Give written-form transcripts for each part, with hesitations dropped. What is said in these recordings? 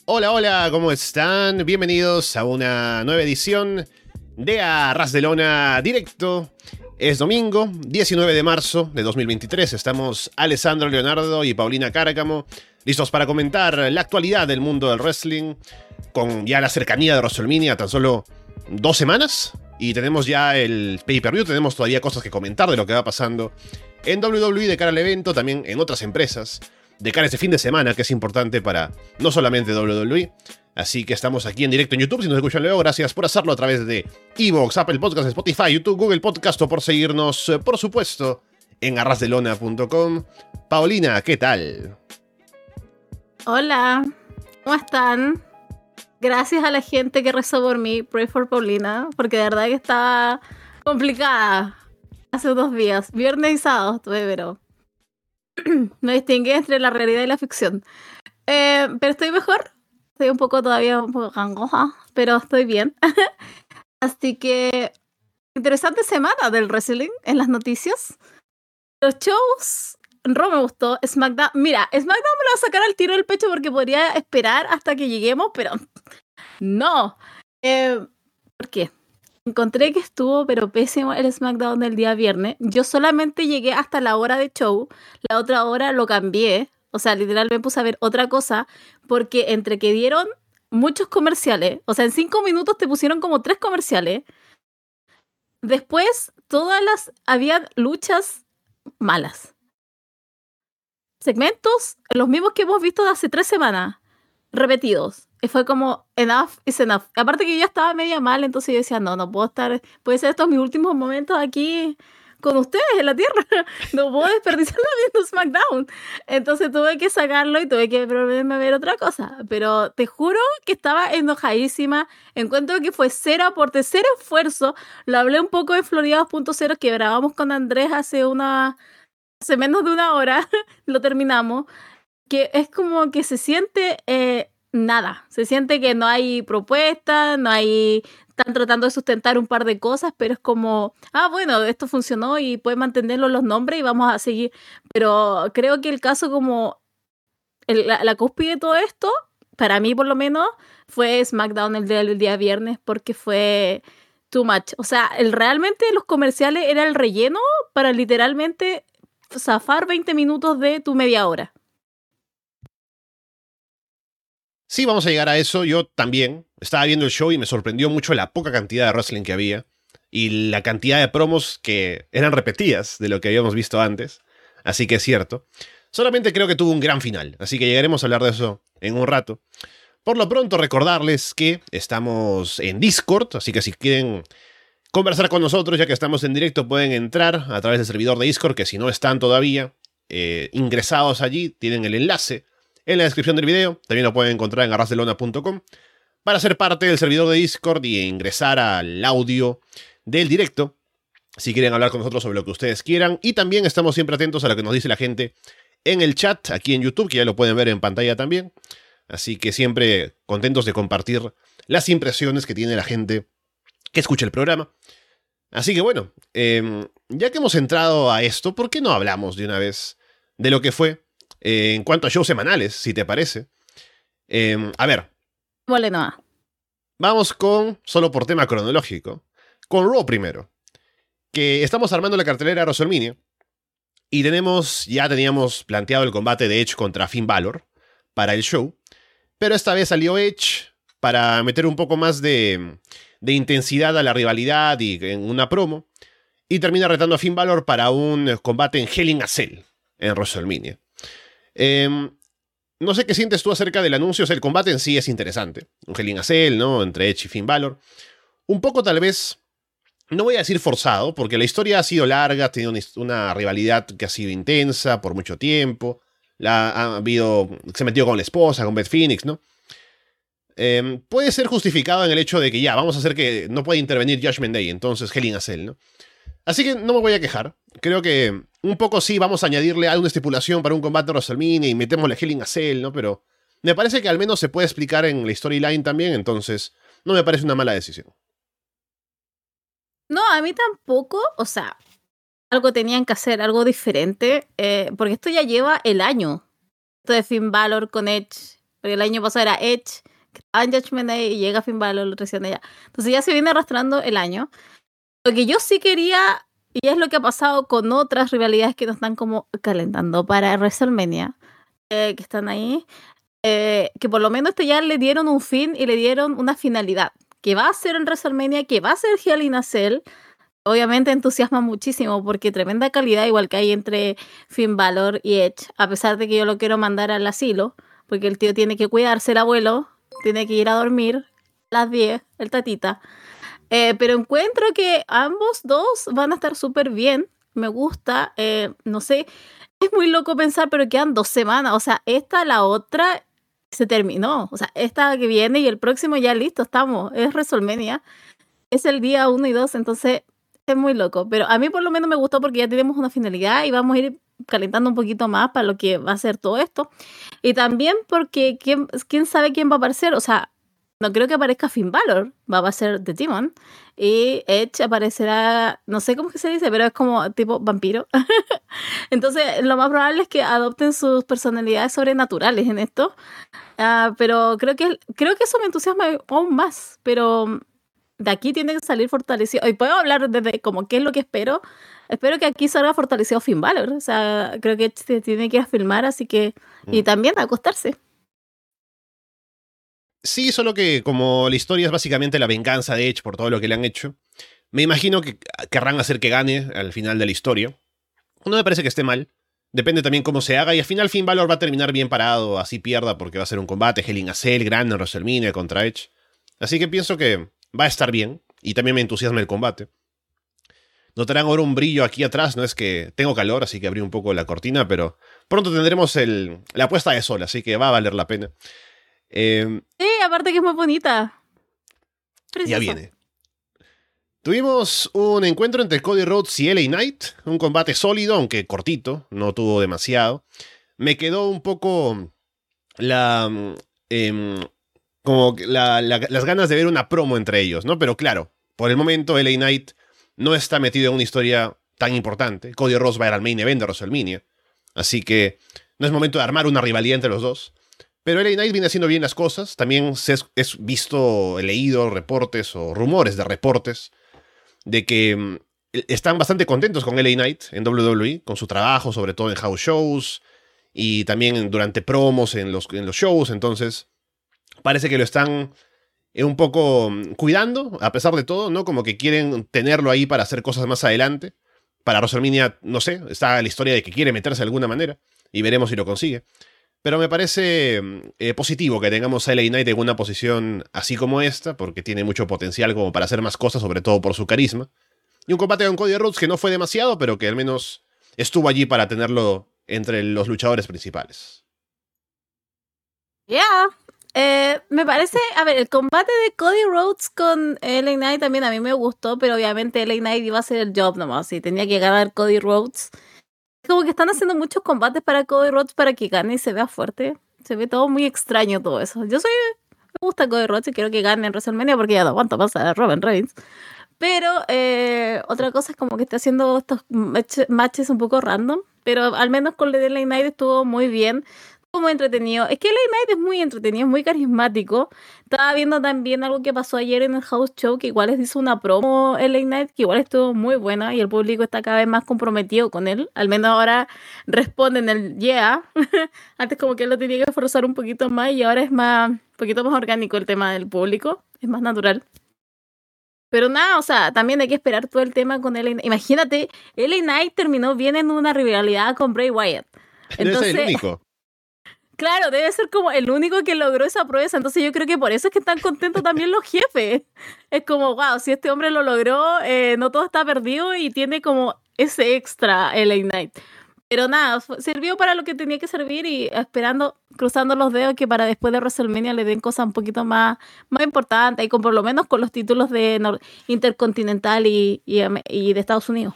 Hola, hola, ¿cómo están? Bienvenidos a una nueva edición de A Ras de Lona Directo. Es domingo, 19 de marzo de 2023. Estamos Alessandro Leonardo y Paulina Cárcamo, listos para comentar la actualidad del mundo del wrestling, con ya la cercanía de WrestleMania, tan solo 2 semanas. Y tenemos ya el pay-per-view, tenemos todavía cosas que comentar de lo que va pasando en WWE de cara al evento, también en otras empresas, de cara a este fin de semana, que es importante para no solamente WWE. Así que estamos aquí en directo en YouTube. Si nos escuchan luego, gracias por hacerlo a través de Evox, Apple Podcasts, Spotify, YouTube, Google Podcast, o por seguirnos, por supuesto, en arrasdelona.com. Paulina, ¿qué tal? Hola, ¿cómo están? Gracias a la gente que rezó por mí, Pray for Paulina, porque de verdad que estaba complicada hace 2 días. Viernes y sábado estuve, pero no distinguí entre la realidad y la ficción. Pero estoy mejor. Estoy todavía un poco gangosa, pero estoy bien. Así que, interesante semana del wrestling en las noticias. Los shows, Raw me gustó. SmackDown, mira, SmackDown me lo va a sacar al tiro del pecho porque podría esperar hasta que lleguemos, pero no. ¿Por qué? Encontré que estuvo pero pésimo el SmackDown del día viernes. Yo solamente llegué hasta la hora de show. La otra hora lo cambié. O sea, literal me puse a ver otra cosa porque entre que dieron muchos comerciales, o sea, en 5 minutos te pusieron como 3 comerciales. Después, había luchas malas. Segmentos, los mismos que hemos visto de hace 3 semanas, repetidos. Y fue como, enough is enough. Aparte que yo ya estaba media mal, entonces yo decía, no puedo puede ser estos mis últimos momentos aquí con ustedes en la tierra. No puedo desperdiciarlo viendo SmackDown. Entonces tuve que sacarlo y tuve que ponerme a ver otra cosa. Pero te juro que estaba enojadísima. Encuentro que fue cero aporte, cero esfuerzo. Lo hablé un poco en Florida 2.0 que grabamos con Andrés hace menos de 1 hora. Lo terminamos. Que es como que se siente nada. Se siente que no hay propuesta, están tratando de sustentar un par de cosas, pero es como, bueno, esto funcionó y pueden mantenerlo los nombres y vamos a seguir. Pero creo que el caso como la cúspide de todo esto, para mí por lo menos, fue SmackDown el día viernes porque fue too much. O sea, realmente los comerciales era el relleno para literalmente zafar 20 minutos de tu media hora. Sí, vamos a llegar a eso. Yo también estaba viendo el show y me sorprendió mucho la poca cantidad de wrestling que había y la cantidad de promos que eran repetidas de lo que habíamos visto antes. Así que es cierto. Solamente creo que tuvo un gran final, así que llegaremos a hablar de eso en un rato. Por lo pronto, recordarles que estamos en Discord, así que si quieren conversar con nosotros, ya que estamos en directo, pueden entrar a través del servidor de Discord, que si no están todavía ingresados allí, tienen el enlace en la descripción del video. También lo pueden encontrar en arrasdelona.com para ser parte del servidor de Discord y ingresar al audio del directo si quieren hablar con nosotros sobre lo que ustedes quieran. Y también estamos siempre atentos a lo que nos dice la gente en el chat aquí en YouTube, que ya lo pueden ver en pantalla también. Así que siempre contentos de compartir las impresiones que tiene la gente que escucha el programa. Así que bueno, ya que hemos entrado a esto, ¿por qué no hablamos de una vez de lo que fue en cuanto a shows semanales, si te parece? A ver. Bueno, vamos con, solo por tema cronológico, con Raw primero. Que estamos armando la cartelera de WrestleMania. Y ya teníamos planteado el combate de Edge contra Finn Balor para el show. Pero esta vez salió Edge para meter un poco más de intensidad a la rivalidad y en una promo. Y termina retando a Finn Balor para un combate en Hell in a Cell en WrestleMania. No sé qué sientes tú acerca del anuncio. O sea, el combate en sí es interesante. Un Hell in a Cell, ¿no? Entre Edge y Finn Balor. Un poco tal vez, no voy a decir forzado, porque la historia ha sido larga, ha tenido una rivalidad que ha sido intensa por mucho tiempo. Se ha metido con la esposa, con Beth Phoenix, ¿no? Puede ser justificado en el hecho de que ya, vamos a hacer que no puede intervenir Judgment Day, entonces Hell in a Cell, ¿no? Así que no me voy a quejar. Creo que un poco sí vamos a añadirle alguna estipulación para un combate de WrestleMania y metemos la Hell in a Cell, ¿no? Pero me parece que al menos se puede explicar en la storyline también, entonces no me parece una mala decisión. No, a mí tampoco, o sea, algo tenían que hacer, algo diferente, porque esto ya lleva el año, esto de Finn Balor con Edge, Porque el año pasado era Edge, que estaba en Judgment Day y llega Finn Balor recién allá. Entonces ya se viene arrastrando el año. Lo que yo sí quería, y es lo que ha pasado con otras rivalidades que nos están como calentando para WrestleMania, que están ahí, que por lo menos esto ya le dieron un fin y le dieron una finalidad, que va a ser en WrestleMania, que va a ser Hell in a Cell. Obviamente entusiasma muchísimo porque tremenda calidad igual que hay entre Finn Balor y Edge, a pesar de que yo lo quiero mandar al asilo, porque el tío tiene que cuidarse, el abuelo, tiene que ir a dormir a las 10, el tatita. Pero encuentro que ambos dos van a estar súper bien. Me gusta. No sé, es muy loco pensar, pero quedan 2 semanas. O sea, la otra se terminó. O sea, esta que viene y el próximo ya listo, estamos. Es WrestleMania. Es el día 1 y 2, entonces es muy loco. Pero a mí por lo menos me gustó porque ya tenemos una finalidad y vamos a ir calentando un poquito más para lo que va a ser todo esto. Y también porque quién sabe quién va a aparecer. O sea, no creo que aparezca Finn Balor, va a ser The Demon. Y Edge aparecerá, no sé cómo es que se dice, pero es como tipo vampiro. Entonces, lo más probable es que adopten sus personalidades sobrenaturales en esto. Pero creo que eso me entusiasma aún más. Pero de aquí tiene que salir fortalecido. Y puedo hablar desde como qué es lo que espero. Espero que aquí salga fortalecido Finn Balor. O sea, creo que Edge se tiene que ir a filmar, así que... Y también a acostarse. Sí, solo que como la historia es básicamente la venganza de Edge por todo lo que le han hecho, me imagino que querrán hacer que gane al final de la historia. No me parece que esté mal. Depende también cómo se haga y al final Finn Balor va a terminar bien parado, así pierda porque va a ser un combate Hell in a Cell grande en WrestleMania contra Edge. Así que pienso que va a estar bien y también me entusiasma el combate. Notarán ahora un brillo aquí atrás, no es que tengo calor, así que abrí un poco la cortina, pero pronto tendremos la puesta de sol, así que va a valer la pena. Sí, aparte que es muy bonita. Precioso. Ya viene. Tuvimos un encuentro entre Cody Rhodes y LA Knight, un combate sólido, aunque cortito, no tuvo demasiado. Me quedó un poco las ganas de ver una promo entre ellos, ¿no? Pero claro, por el momento LA Knight no está metido en una historia tan importante. Cody Rhodes va a ir al main event de WrestleMania, así que no es momento de armar una rivalidad entre los dos. Pero LA Knight viene haciendo bien las cosas. También he leído reportes o rumores de reportes de que están bastante contentos con LA Knight en WWE, con su trabajo, sobre todo en house shows y también durante promos en los shows. Entonces, parece que lo están un poco cuidando, a pesar de todo, ¿no? Como que quieren tenerlo ahí para hacer cosas más adelante. Para WrestleMania, no sé, está la historia de que quiere meterse de alguna manera y veremos si lo consigue. Pero me parece positivo que tengamos a LA Knight en una posición así como esta, porque tiene mucho potencial como para hacer más cosas, sobre todo por su carisma. Y un combate con Cody Rhodes que no fue demasiado, pero que al menos estuvo allí para tenerlo entre los luchadores principales. Ya. Me parece, a ver, el combate de Cody Rhodes con LA Knight también a mí me gustó, pero obviamente LA Knight iba a hacer el job nomás, y tenía que ganar Cody Rhodes. Como que están haciendo muchos combates para Cody Rhodes para que gane y se vea fuerte. Se ve todo muy extraño todo eso. Me gusta Cody Rhodes y quiero que gane en WrestleMania porque ya no aguanto más a Roman Reigns. Pero otra cosa es como que está haciendo estos matches un poco random, pero al menos con LA Knight estuvo muy bien. Muy entretenido. Es que LA Knight es muy entretenido, es muy carismático. Estaba viendo también algo que pasó ayer en el House Show, que igual les hizo una promo LA Knight, que igual estuvo muy buena y el público está cada vez más comprometido con él. Al menos ahora responden el yeah. Antes como que él lo tenía que forzar un poquito más y ahora es un poquito más orgánico el tema del público. Es más natural. Pero nada, o sea, también hay que esperar todo el tema con LA Knight. Imagínate, LA Knight terminó bien en una rivalidad con Bray Wyatt. Entonces, el único. Claro, debe ser como el único que logró esa proeza. Entonces yo creo que por eso es que están contentos también los jefes. Es como, wow, si este hombre lo logró, no todo está perdido y tiene como ese extra LA Knight. Pero nada, sirvió para lo que tenía que servir y esperando, cruzando los dedos que para después de WrestleMania le den cosas un poquito más importantes y por lo menos con los títulos de Intercontinental y de Estados Unidos.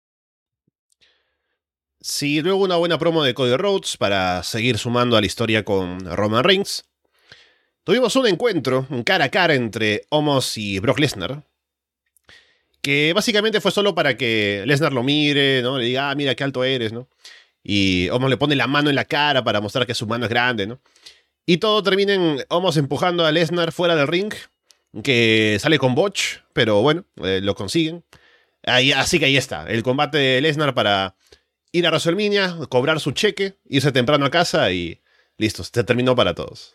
Sí, luego una buena promo de Cody Rhodes para seguir sumando a la historia con Roman Reigns. Tuvimos un encuentro, un cara a cara entre Omos y Brock Lesnar, que básicamente fue solo para que Lesnar lo mire, ¿no? Le diga, mira qué alto eres, ¿no? Y Omos le pone la mano en la cara para mostrar que su mano es grande, ¿no? Y todo termina en Omos empujando a Lesnar fuera del ring, que sale con botch, pero bueno, lo consiguen. Así que ahí está, el combate de Lesnar para ir a WrestleMania, cobrar su cheque, irse temprano a casa y listo, se terminó para todos.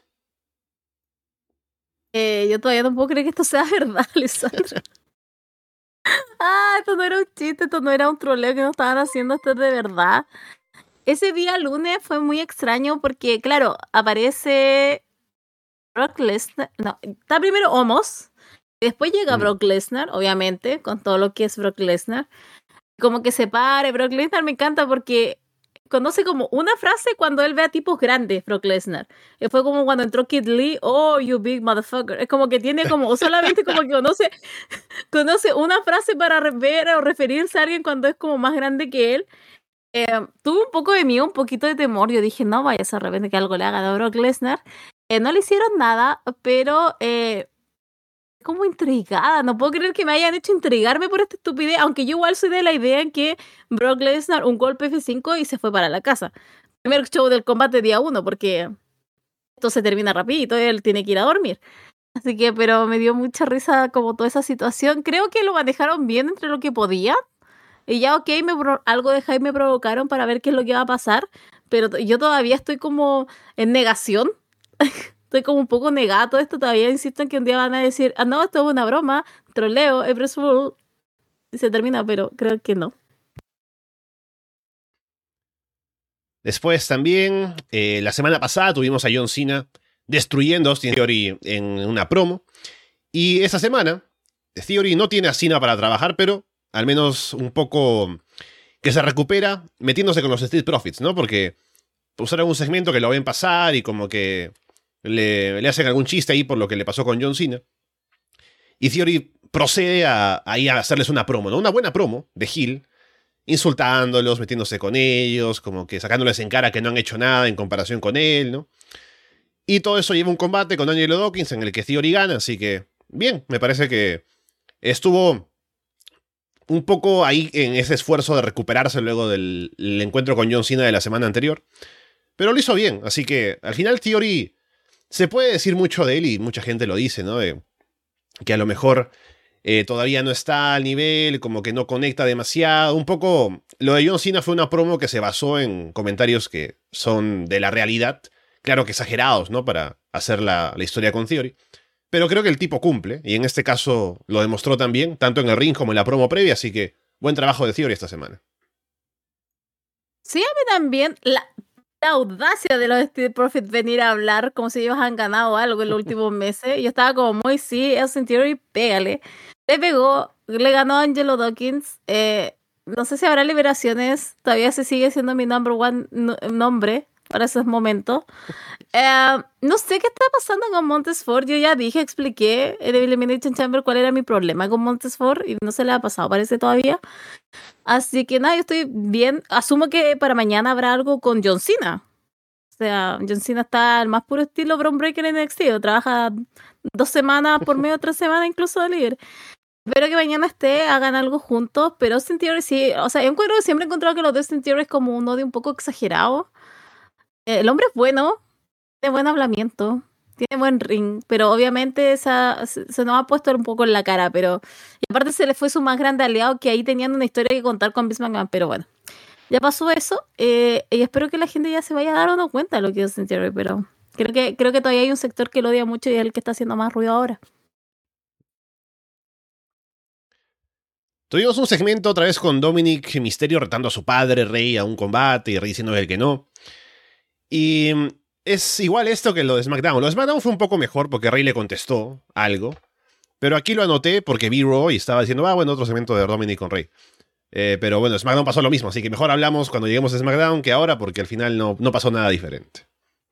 Yo todavía no puedo creer que esto sea verdad, Lisandro. Esto no era un chiste, esto no era un troleo que nos estaban haciendo, esto es de verdad. Ese día lunes fue muy extraño porque, claro, aparece Brock Lesnar. No, está primero Omos. Después llega Brock Lesnar, obviamente, con todo lo que es Brock Lesnar. Como que se pare. Brock Lesnar me encanta porque conoce como una frase cuando él ve a tipos grandes, Brock Lesnar. Fue como cuando entró Kid Lee, oh, you big motherfucker. Es como que tiene como, o solamente como que conoce una frase para ver o referirse a alguien cuando es como más grande que él. Tuve un poco de miedo, un poquito de temor. Yo dije, no vaya a ser de repente que algo le haga a Brock Lesnar. No le hicieron nada, pero como intrigada. No puedo creer que me hayan hecho intrigarme por esta estupidez, aunque yo igual soy de la idea en que Brock Lesnar un golpe F5 y se fue para la casa. Primer show del combate día 1, porque esto se termina rapidito, él tiene que ir a dormir. Así que, pero me dio mucha risa como toda esa situación. Creo que lo manejaron bien entre lo que podían. Y ya, ok, algo de hype me provocaron para ver qué es lo que va a pasar, pero yo todavía estoy como en negación. Estoy como un poco negada a todo esto. Todavía insisto en que un día van a decir, no, esto es una broma, troleo, April Fool, y se termina, pero creo que no. Después también, la semana pasada tuvimos a John Cena destruyendo a Austin Theory en una promo. Y esta semana, Theory no tiene a Cena para trabajar, pero al menos un poco que se recupera metiéndose con los Street Profits, ¿no? Porque usaron un segmento que lo ven pasar y como que le hacen algún chiste ahí por lo que le pasó con John Cena. Y Theory procede a hacerles una promo, ¿no? Una buena promo de heel, insultándolos, metiéndose con ellos, como que sacándoles en cara que no han hecho nada en comparación con él, ¿no? Y todo eso lleva un combate con Angelo Dawkins en el que Theory gana, así que bien, me parece que estuvo un poco ahí en ese esfuerzo de recuperarse luego del encuentro con John Cena de la semana anterior. Pero lo hizo bien, así que al final Theory se puede decir mucho de él y mucha gente lo dice, ¿no? Que a lo mejor todavía no está al nivel, como que no conecta demasiado. Un poco lo de John Cena fue una promo que se basó en comentarios que son de la realidad, claro que exagerados, ¿no? Para hacer la historia con Theory. Pero creo que el tipo cumple, y en este caso lo demostró también, tanto en el ring como en la promo previa, así que buen trabajo de Theory esta semana. Sí, a mí también la audacia de los Street Profits venir a hablar como si ellos han ganado algo en los últimos meses. Yo estaba como muy, sí, Austin Theory, pégale. Le pegó, le ganó a Angelo Dawkins. No sé si habrá liberaciones, todavía se sigue siendo mi number one nombre para esos momentos. No sé qué está pasando con Montesford. Yo ya dije, expliqué en el Elimination Chamber cuál era mi problema con Montesford y no se le ha pasado, parece todavía. Así que nada, yo estoy bien. Asumo que para mañana habrá algo con John Cena. O sea, John Cena está al más puro estilo Bron Breakker en NXT. Trabaja 2 semanas por medio, 3 semanas incluso de libre. Espero que mañana hagan algo juntos, pero Austin Theory sí. O sea, siempre he encontrado que los de Austin Theory es como un odio un poco exagerado. El hombre es bueno, tiene buen hablamiento, tiene buen ring, pero obviamente se nos ha puesto un poco en la cara, pero y aparte se le fue su más grande aliado, que ahí tenían una historia que contar con Vince McMahon, pero bueno, ya pasó eso, y espero que la gente ya se vaya dando cuenta de lo que es Austin Theory, pero creo que todavía hay un sector que lo odia mucho y es el que está haciendo más ruido ahora. Tuvimos un segmento otra vez con Dominic Mysterio retando a su padre, Rey, a un combate y Rey diciéndole que no. Y es igual esto que lo de SmackDown. Lo de SmackDown fue un poco mejor porque Rey le contestó algo. Pero aquí lo anoté porque vi Raw y estaba diciendo, bueno, otro segmento de Dominic con Rey. Pero bueno, SmackDown pasó lo mismo, así que mejor hablamos cuando lleguemos a SmackDown que ahora porque al final no pasó nada diferente.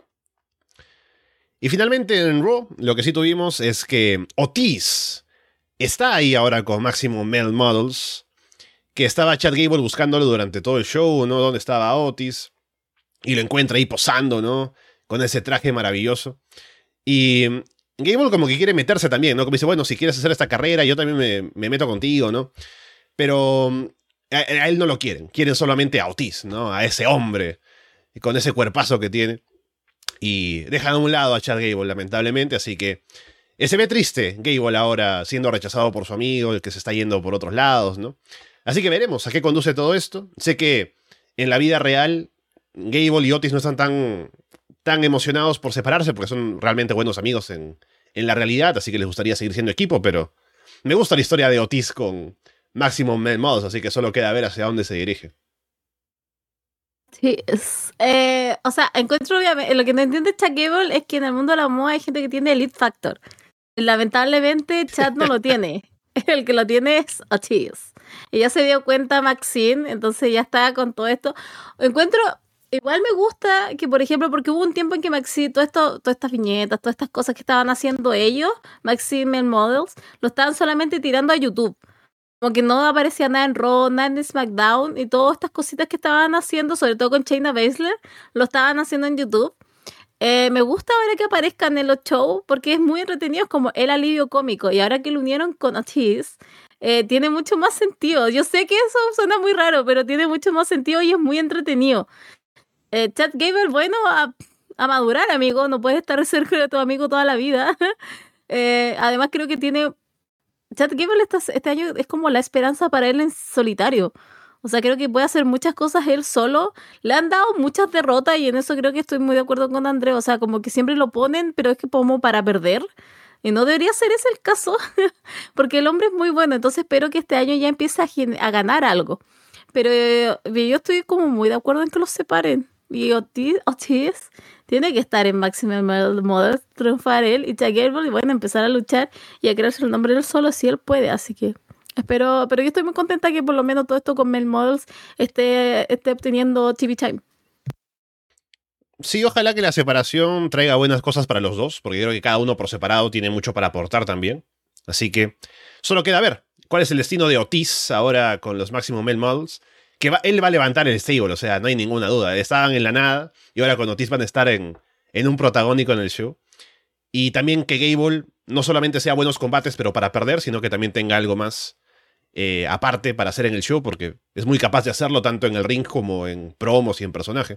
Y finalmente en Raw lo que sí tuvimos es que Otis está ahí ahora con Maximum Male Models, que estaba Chad Gable buscándolo durante todo el show, ¿no? ¿Dónde estaba Otis? Y lo encuentra ahí posando, ¿no? Con ese traje maravilloso. Y Gable como que quiere meterse también, ¿no? Como dice, bueno, si quieres hacer esta carrera, yo también me meto contigo, ¿no? Pero a él no lo quieren. Quieren solamente a Otis, ¿no? A ese hombre, con ese cuerpazo que tiene. y dejan a un lado a Chad Gable, lamentablemente, así que se ve triste Gable ahora siendo rechazado por su amigo, el que se está yendo por otros lados, ¿no? Así que veremos a qué conduce todo esto. Sé que en la vida real Gable y Otis no están tan emocionados por separarse porque son realmente buenos amigos en la realidad, así que les gustaría seguir siendo equipo, pero me gusta la historia de Otis con Maximum Male Models, así que solo queda ver hacia dónde se dirige. Sí, o sea, encuentro obviamente, lo que no entiende Chuck Gable es que en el mundo de la moda hay gente que tiene Elite Factor. Lamentablemente Chad no lo tiene. El que lo tiene es Otis. Y ya se dio cuenta Maxine, entonces ya está con todo esto. Encuentro, igual me gusta que, por ejemplo, porque hubo un tiempo en que Maxine, todas estas viñetas, todas estas cosas que estaban haciendo ellos, Maxine and Models, lo estaban solamente tirando a YouTube. Como que no aparecía nada en Raw, nada en SmackDown, y todas estas cositas que estaban haciendo, sobre todo con Shayna Baszler, lo estaban haciendo en YouTube. Me gusta ahora que aparezcan en los shows porque es muy entretenido, es como el alivio cómico. Y ahora que lo unieron con Otis, tiene mucho más sentido. Yo sé que eso suena muy raro, pero tiene mucho más sentido y es muy entretenido. Chad Gable, bueno, a madurar, amigo. No puedes estar cerca de tu amigo toda la vida. Además, creo que Chad Gable este año es como la esperanza para él en solitario. O sea, creo que puede hacer muchas cosas él solo. Le han dado muchas derrotas y en eso creo que estoy muy de acuerdo con André. O sea, como que siempre lo ponen, pero es que como para perder. Y no debería ser ese el caso, porque el hombre es muy bueno. Entonces espero que este año ya empiece a ganar algo. Pero yo estoy como muy de acuerdo en que los separen. Y Otis tiene que estar en Maximum Model, triunfar él y Chuck Gable y bueno, empezar a luchar y a crearse el nombre él solo si él puede. Así que espero, pero yo estoy muy contenta que por lo menos todo esto con Male Models esté obteniendo TV time. Sí, ojalá que la separación traiga buenas cosas para los dos, porque creo que cada uno por separado tiene mucho para aportar también. Así que solo queda ver cuál es el destino de Otis ahora con los Maximum Male Models. Él va a levantar el stable, o sea, no hay ninguna duda. Estaban en la nada y ahora con Otis van a estar en un protagónico en el show. Y también que Gable no solamente sea buenos combates, pero para perder, sino que también tenga algo más aparte para hacer en el show, porque es muy capaz de hacerlo tanto en el ring como en promos y en personaje.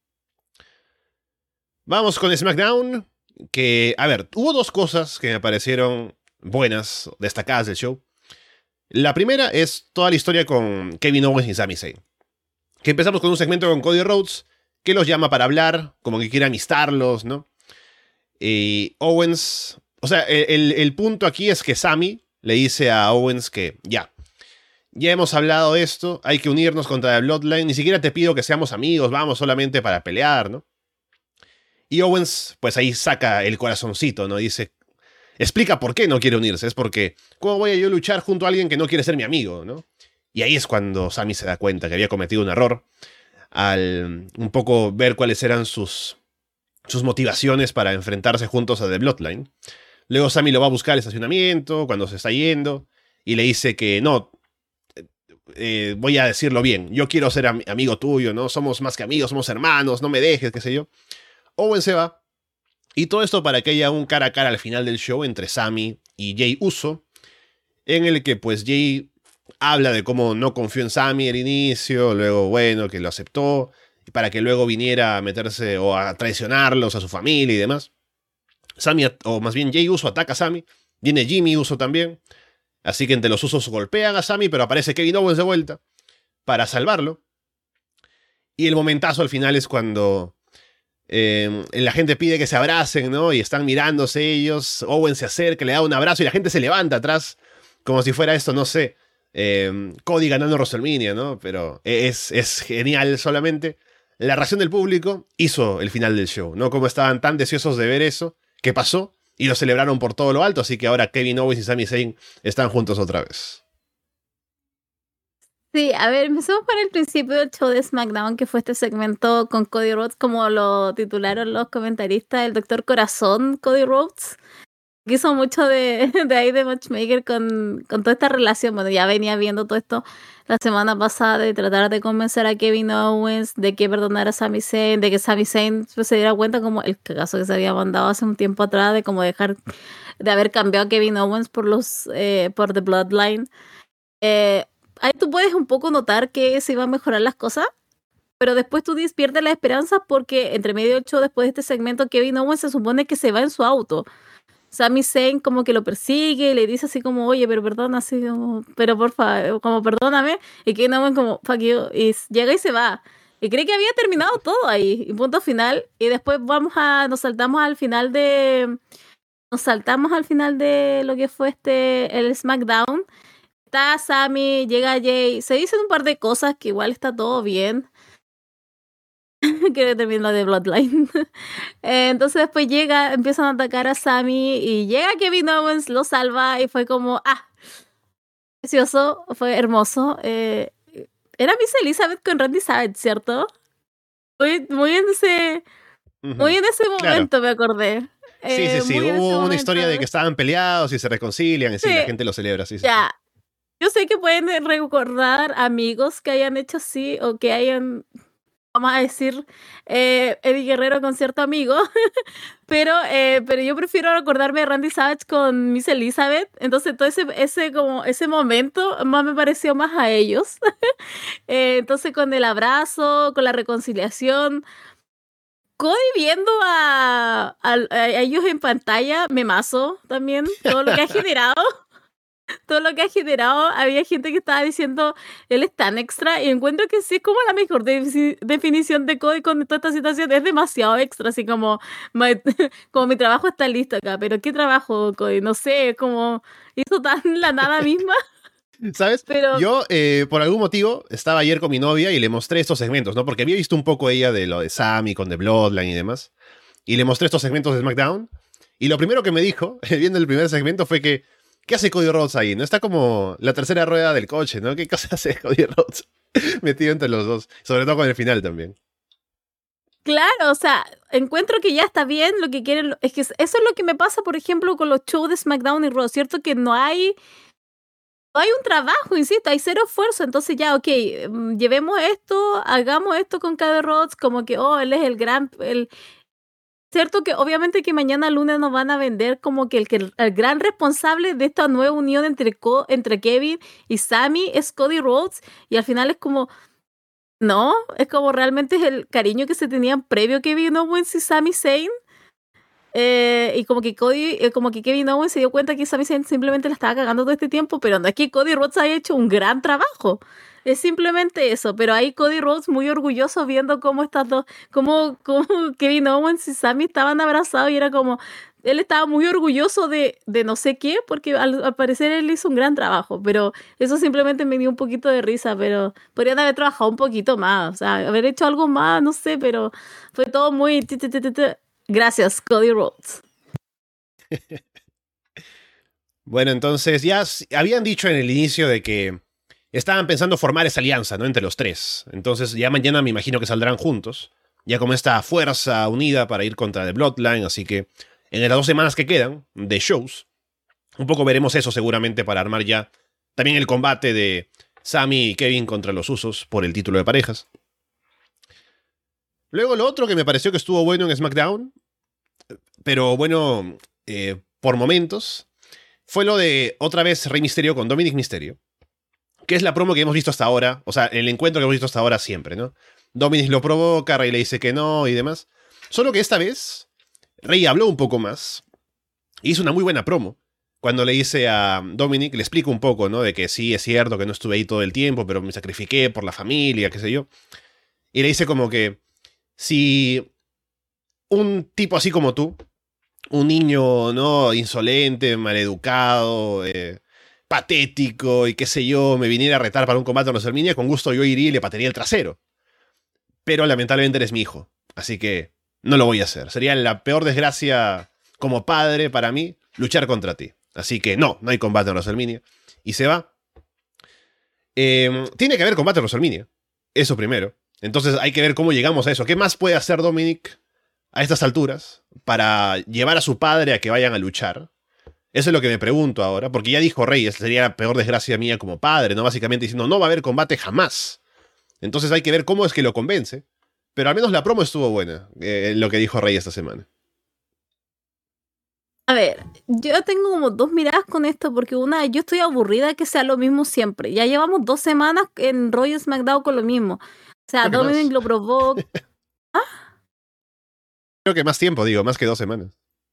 Vamos con SmackDown, que, a ver, hubo dos cosas que me parecieron buenas, destacadas del show. La primera es toda la historia con Kevin Owens y Sami Zayn. Que empezamos con un segmento con Cody Rhodes, que los llama para hablar, como que quiere amistarlos, ¿no? Y Owens, o sea, el punto aquí es que Sami le dice a Owens que ya hemos hablado de esto, hay que unirnos contra The Bloodline, ni siquiera te pido que seamos amigos, vamos solamente para pelear, ¿no? Y Owens, pues ahí saca el corazoncito, ¿no? Dice, explica por qué no quiere unirse, es porque, ¿cómo voy a yo luchar junto a alguien que no quiere ser mi amigo, ¿no? Y ahí es cuando Sami se da cuenta que había cometido un error, al un poco ver cuáles eran sus motivaciones para enfrentarse juntos a The Bloodline. Luego Sami lo va a buscar al estacionamiento, cuando se está yendo, y le dice que no, voy a decirlo bien, yo quiero ser amigo tuyo, ¿no? Somos más que amigos, somos hermanos, no me dejes, qué sé yo. Owen se va, y todo esto para que haya un cara a cara al final del show entre Sami y Jey Uso, en el que pues Jey habla de cómo no confió en Sami al inicio, luego bueno, que lo aceptó, para que luego viniera a meterse o a traicionarlos a su familia y demás. Sami, o más bien Jey Uso ataca a Sami, viene Jimmy Uso también, así que entre los Usos golpean a Sami, pero aparece Kevin Owens de vuelta para salvarlo. Y el momentazo al final es cuando la gente pide que se abracen, ¿no? Y están mirándose ellos, Owens se acerca, le da un abrazo y la gente se levanta atrás, como si fuera esto, no sé, Cody ganando WrestleMania, ¿no? Pero es genial solamente. La reacción del público hizo el final del show, ¿no? Como estaban tan deseosos de ver eso, que pasó, y lo celebraron por todo lo alto, así que ahora Kevin Owens y Sami Zayn están juntos otra vez. Sí, a ver, empecemos por el principio del show de SmackDown, que fue este segmento con Cody Rhodes, como lo titularon los comentaristas, el Doctor Corazón Cody Rhodes, que hizo mucho de ahí de matchmaker con toda esta relación. Bueno, ya venía viendo todo esto la semana pasada de tratar de convencer a Kevin Owens de que perdonara a Sami Zayn, de que Sami Zayn pues, se diera cuenta como el caso que se había mandado hace un tiempo atrás de como de haber cambiado a Kevin Owens por The Bloodline. Ahí tú puedes un poco notar que se iban a mejorar las cosas, pero después tú pierdes la esperanza porque entre medio del show, después de este segmento, Kevin Owens se supone que se va en su auto. Sami Zayn como que lo persigue y le dice así como, oye, pero perdona, así como, pero porfa, como perdóname. Y Kevin Owens como, fuck you, y llega y se va. Y cree que había terminado todo ahí, y punto final. Y después nos saltamos al final de lo que fue el SmackDown. Está Sami, llega Jay, se dicen un par de cosas que igual está todo bien. Que termina de Bloodline. Entonces después empiezan a atacar a Sami y llega Kevin Owens, lo salva y fue como, precioso, fue hermoso. Era Miss Elizabeth con Randy Savage, ¿cierto? Muy en ese momento, claro. me acordé. Sí. Hubo una historia de que estaban peleados y se reconcilian y sí, la gente lo celebra, sí. Ya. Yo sé que pueden recordar amigos que hayan hecho así o que hayan, vamos a decir, Eddie Guerrero con cierto amigo, pero yo prefiero recordarme de Randy Savage con Miss Elizabeth. Entonces todo ese momento más me pareció más a ellos. Entonces con el abrazo, con la reconciliación, Cody viendo a ellos en pantalla, me mazo también todo lo que ha generado. Todo lo que ha generado, había gente que estaba diciendo, él es tan extra, y encuentro que sí es como la mejor definición de Cody con toda esta situación, es demasiado extra, así como, como mi trabajo está listo acá, pero ¿qué trabajo, Cody? No sé, es como hizo tan la nada misma. ¿Sabes? Pero Yo, por algún motivo, estaba ayer con mi novia y le mostré estos segmentos, ¿no? Porque había visto un poco ella de lo de Sami con The Bloodline y demás, y le mostré estos segmentos de SmackDown, y lo primero que me dijo, viendo el primer segmento, fue que ¿qué hace Cody Rhodes ahí? ¿No? Está como la tercera rueda del coche, ¿no? ¿Qué cosa hace Cody Rhodes metido entre los dos? Sobre todo con el final también. claro, o sea, encuentro que ya está bien lo que quieren. Es que eso es lo que me pasa, por ejemplo, con los shows de SmackDown y Raw, ¿cierto? Que no hay un trabajo, insisto, hay cero esfuerzo. Entonces ya, ok, llevemos esto, hagamos esto con Cody Rhodes, como que, él es cierto que obviamente que mañana lunes nos van a vender como que el gran responsable de esta nueva unión entre Kevin y Sami es Cody Rhodes, y al final es como, no, es como realmente es el cariño que se tenían previo Kevin Owens y Sami Zayn. Y como que Kevin Owens se dio cuenta que Sami Zayn simplemente la estaba cagando todo este tiempo, pero no es que Cody Rhodes haya hecho un gran trabajo. Es simplemente eso, pero ahí Cody Rhodes muy orgulloso viendo cómo cómo Kevin Owens y Sami estaban abrazados, y era como, él estaba muy orgulloso de no sé qué, porque al parecer él hizo un gran trabajo, pero eso simplemente me dio un poquito de risa, pero podrían haber trabajado un poquito más, o sea, haber hecho algo más, no sé, pero fue todo muy... Gracias, Cody Rhodes. Bueno, entonces ya habían dicho en el inicio de que estaban pensando formar esa alianza, ¿no? Entre los tres. Entonces ya mañana me imagino que saldrán juntos, ya como esta fuerza unida para ir contra The Bloodline, así que en las 2 semanas que quedan de shows, un poco veremos eso seguramente para armar ya también el combate de Sami y Kevin contra los Usos por el título de parejas. Luego lo otro que me pareció que estuvo bueno en SmackDown, pero bueno, por momentos, fue lo de otra vez Rey Mysterio con Dominic Mysterio, que es la promo que hemos visto hasta ahora, o sea, el encuentro que hemos visto hasta ahora siempre, ¿no? Dominic lo provoca, Rey le dice que no y demás. Solo que esta vez, Rey habló un poco más, hizo una muy buena promo. Cuando le dice a Dominic, le explico un poco, ¿no? De que sí, es cierto que no estuve ahí todo el tiempo, pero me sacrifiqué por la familia, qué sé yo. Y le dice como que si un tipo así como tú, un niño, ¿no? Insolente, maleducado, patético y qué sé yo, me viniera a retar para un combate en WrestleMania, con gusto yo iría y le patearía el trasero. Pero lamentablemente eres mi hijo, así que no lo voy a hacer. Sería la peor desgracia como padre para mí luchar contra ti. Así que no hay combate en WrestleMania. Y se va. Tiene que haber combate en WrestleMania. Eso primero. Entonces hay que ver cómo llegamos a eso. ¿Qué más puede hacer Dominic a estas alturas para llevar a su padre a que vayan a luchar? Eso es lo que me pregunto ahora, porque ya dijo Reyes, sería la peor desgracia mía como padre, ¿no? Básicamente diciendo, no va a haber combate jamás. Entonces hay que ver cómo es que lo convence. Pero al menos la promo estuvo buena, lo que dijo Rey esta semana. A ver, yo tengo como dos miradas con esto, porque una, yo estoy aburrida que sea lo mismo siempre. Ya llevamos 2 semanas en Raw y SmackDown con lo mismo. O sea, Creo que Dominic más. lo provoca. Creo que más tiempo, digo, más que 2 semanas.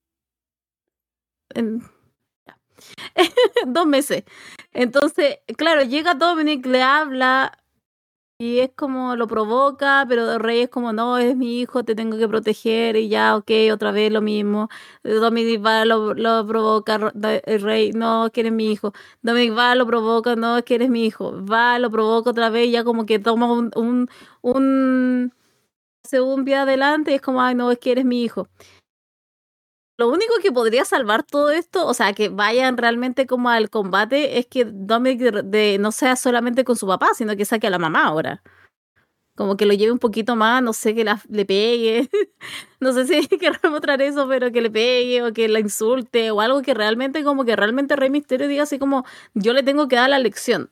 en 2 meses. Entonces, claro, llega Dominic, le habla y es como lo provoca, pero Rey es como, no, es mi hijo, te tengo que proteger y ya, ok, otra vez lo mismo. Dominic va, lo provoca, Rey, no, es que eres mi hijo. Dominic va, lo provoca, no, es que eres mi hijo. Va, lo provoca otra vez y ya como que toma un hace un pie adelante y es como, ay, no, es que eres mi hijo. Lo único que podría salvar todo esto, o sea, que vayan realmente como al combate, es que Dominic no sea solamente con su papá, sino que saque a la mamá ahora. Como que lo lleve un poquito más, no sé, que le pegue. No sé si querrá mostrar eso, pero que le pegue o que la insulte o algo que realmente, como que realmente Rey Mysterio diga así como, yo le tengo que dar la lección.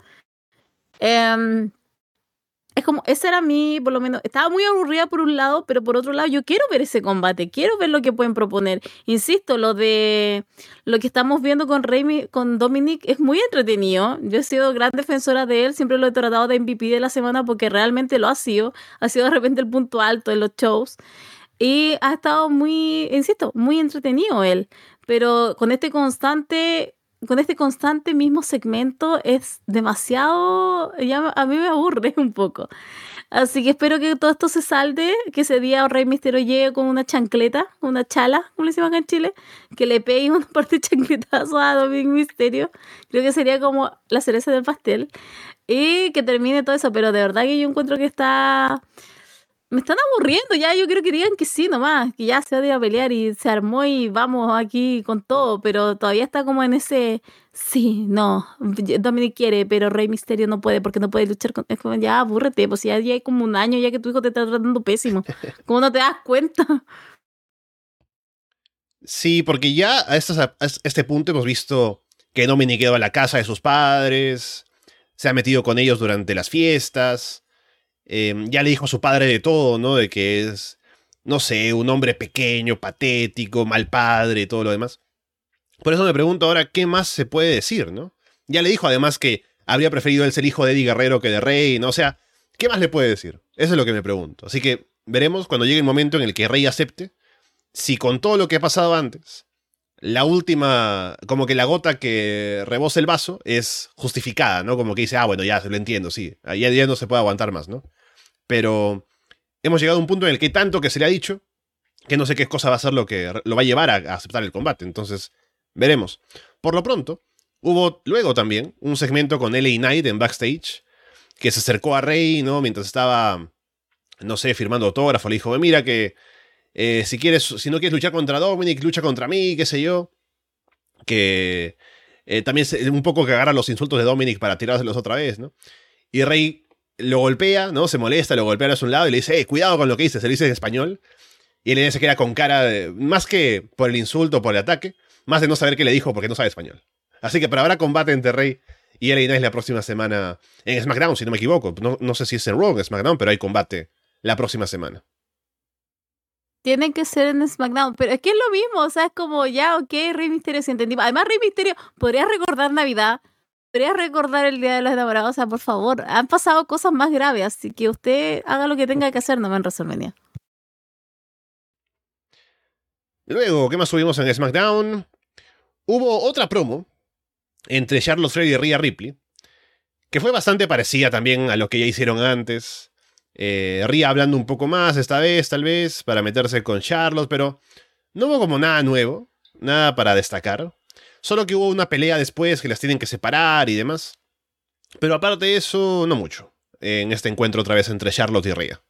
Es como, esa era mi, por lo menos, estaba muy aburrida por un lado, pero por otro lado yo quiero ver ese combate, quiero ver lo que pueden proponer. Insisto, lo que estamos viendo con con Dominic es muy entretenido. Yo he sido gran defensora de él, siempre lo he tratado de MVP de la semana porque realmente lo ha sido de repente el punto alto en los shows. Y ha estado muy, insisto, muy entretenido él. Pero con este constante mismo segmento es demasiado, ya a mí me aburre un poco. Así que espero que todo esto se salde, que ese día Rey Misterio llegue con una chancleta, una chala, como le decimos acá en Chile, que le pegue una parte de chancletazo a Dominic Misterio. Creo que sería como la cereza del pastel. Y que termine todo eso, pero de verdad que yo encuentro que está... Me están aburriendo ya, yo quiero que digan que sí nomás, que ya se odia a pelear y se armó y vamos aquí con todo, pero todavía está como en ese, sí, no, Dominic quiere, pero Rey Misterio no puede porque no puede luchar con, es como, ya abúrrete, pues ya hay como un año ya que tu hijo te está tratando pésimo, ¿cómo no te das cuenta? Sí, porque ya a este punto hemos visto que Dominic quedó a la casa de sus padres, se ha metido con ellos durante las fiestas, ya le dijo a su padre de todo, ¿no? De que es, no sé, un hombre pequeño, patético, mal padre y todo lo demás. Por eso me pregunto ahora qué más se puede decir, ¿no? Ya le dijo además que habría preferido él ser hijo de Eddie Guerrero que de Rey, ¿no? O sea, ¿qué más le puede decir? Eso es lo que me pregunto. Así que veremos cuando llegue el momento en el que Rey acepte si con todo lo que ha pasado antes, la última, como que la gota que rebosa el vaso es justificada, ¿no? Como que dice, ah, bueno, ya lo entiendo, sí, ya no se puede aguantar más, ¿no? Pero hemos llegado a un punto en el que hay tanto que se le ha dicho que no sé qué cosa va a ser lo que lo va a llevar a aceptar el combate. Entonces, veremos. Por lo pronto, hubo luego también un segmento con LA Knight en backstage que se acercó a Rey, ¿no? Mientras estaba, no sé, firmando autógrafo, le dijo, mira que si no quieres luchar contra Dominic, lucha contra mí, qué sé yo. Que también un poco que agarra los insultos de Dominic para tirárselos otra vez, ¿no? Y Rey lo golpea, ¿no? Se molesta, lo golpea a un lado y le dice, cuidado con lo que dices, se lo dice en español. Y él se queda con cara de, más que por el insulto, por el ataque, más de no saber qué le dijo porque no sabe español. Así que pero habrá combate entre Rey y LA Knight la próxima semana en SmackDown, si no me equivoco. No sé si es en Raw o en SmackDown, pero hay combate la próxima semana. Tienen que ser en SmackDown, pero es que es lo mismo, o sea, es como, ya, ok, Rey Misterio, si entendimos. Además, Rey Misterio, podría recordar Navidad, podría recordar el Día de los Enamorados, o sea, por favor, han pasado cosas más graves, así que usted haga lo que tenga que hacer, no me en WrestleMania. Luego, ¿qué más tuvimos en SmackDown? Hubo otra promo entre Charlotte Flair y Rhea Ripley, que fue bastante parecida también a lo que ya hicieron antes. Rhea hablando un poco más esta vez, tal vez, para meterse con Charlotte, pero no hubo como nada nuevo, nada para destacar. Solo que hubo una pelea después que las tienen que separar y demás. Pero aparte de eso, no mucho. En este encuentro otra vez entre Charlotte y Rhea.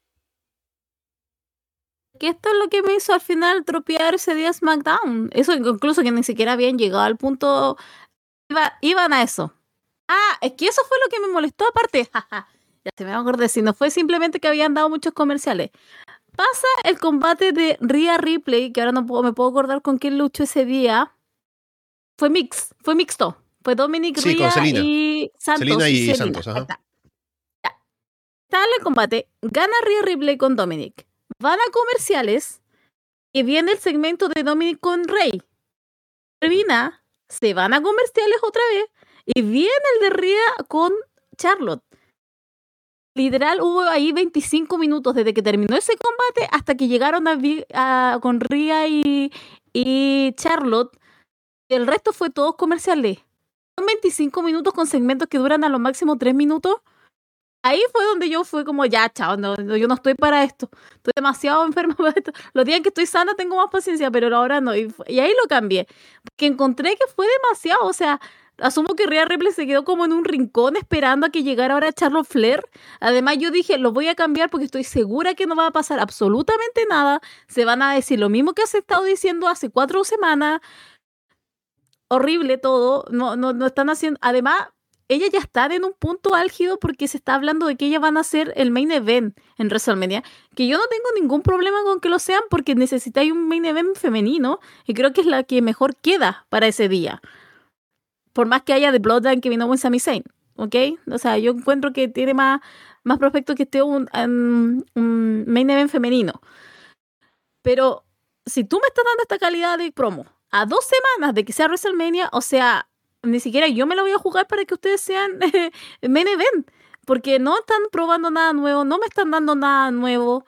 Que esto es lo que me hizo al final tropear ese día SmackDown. Eso incluso que ni siquiera habían llegado al punto, iban a eso. Ah, es que eso fue lo que me molestó aparte. Ya se me va a acordar, si no fue simplemente que habían dado muchos comerciales. Pasa el combate de Rhea Ripley, que ahora no me puedo acordar con quién luchó ese día. Fue mixto. Fue Dominic, Sí, con Rhea Selina. y Santos. Selina y Selina. Santos, Ahí ajá. está. Ya. Está en el combate. Gana Rhea Ripley con Dominic. Van a comerciales y viene el segmento de Dominic con Rey. Termina, se van a comerciales otra vez y viene el de Rhea con Charlotte. literal hubo ahí 25 minutos desde que terminó ese combate hasta que llegaron con Rhea y Charlotte. El resto fue todos comerciales. Son 25 minutos con segmentos que duran a lo máximo 3 minutos. Ahí fue donde yo fui como, ya, chao, yo no estoy para esto. Estoy demasiado enferma para esto. Los días en que estoy sana tengo más paciencia, pero ahora no. Y ahí lo cambié. Porque encontré que fue demasiado. O sea, asumo que Rhea Ripley se quedó como en un rincón esperando a que llegara ahora Charlotte Flair. Además, yo dije, lo voy a cambiar porque estoy segura que no va a pasar absolutamente nada. Se van a decir lo mismo que has estado diciendo hace 4 semanas. Horrible todo. No están haciendo... Además... Ellas ya están en un punto álgido porque se está hablando de que ellas van a ser el main event en WrestleMania, que yo no tengo ningún problema con que lo sean porque necesitáis un main event femenino y creo que es la que mejor queda para ese día. Por más que haya The Bloodline que vino con Sami Zayn, ¿ok? O sea, yo encuentro que tiene más prospecto que esté un main event femenino. Pero si tú me estás dando esta calidad de promo a 2 semanas de que sea WrestleMania, o sea... Ni siquiera yo me la voy a jugar para que ustedes sean main event, porque no están probando nada nuevo, no me están dando nada nuevo.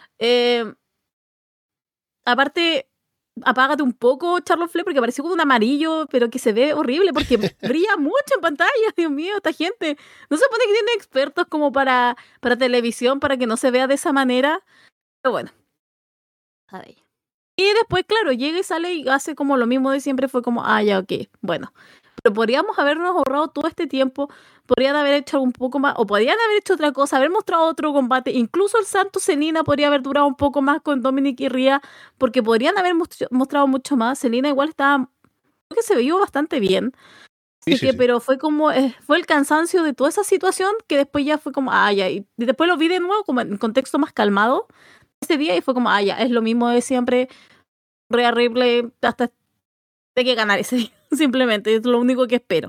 Aparte, apágate un poco, Charlotte Flair, porque apareció con un amarillo, pero que se ve horrible, porque brilla mucho en pantalla. Dios mío, esta gente. No se supone que tiene expertos como para televisión, para que no se vea de esa manera. Pero bueno. Ay. Y después, claro, llega y sale y hace como lo mismo de siempre. Fue como, ya, ok, bueno. Pero podríamos habernos ahorrado todo este tiempo, podrían haber hecho un poco más, o podrían haber hecho otra cosa, haber mostrado otro combate, incluso el Santos Zelina podría haber durado un poco más con Dominic y Rhea, porque podrían haber mostrado mucho más. Zelina igual estaba, creo que se veía bastante bien, así que, pero fue como, fue el cansancio de toda esa situación, que después ya fue como, ya, y después lo vi de nuevo como en contexto más calmado, ese día, y fue como, ya, es lo mismo de siempre, Rhea Ripley, hasta de que ganar ese día. Simplemente, es lo único que espero.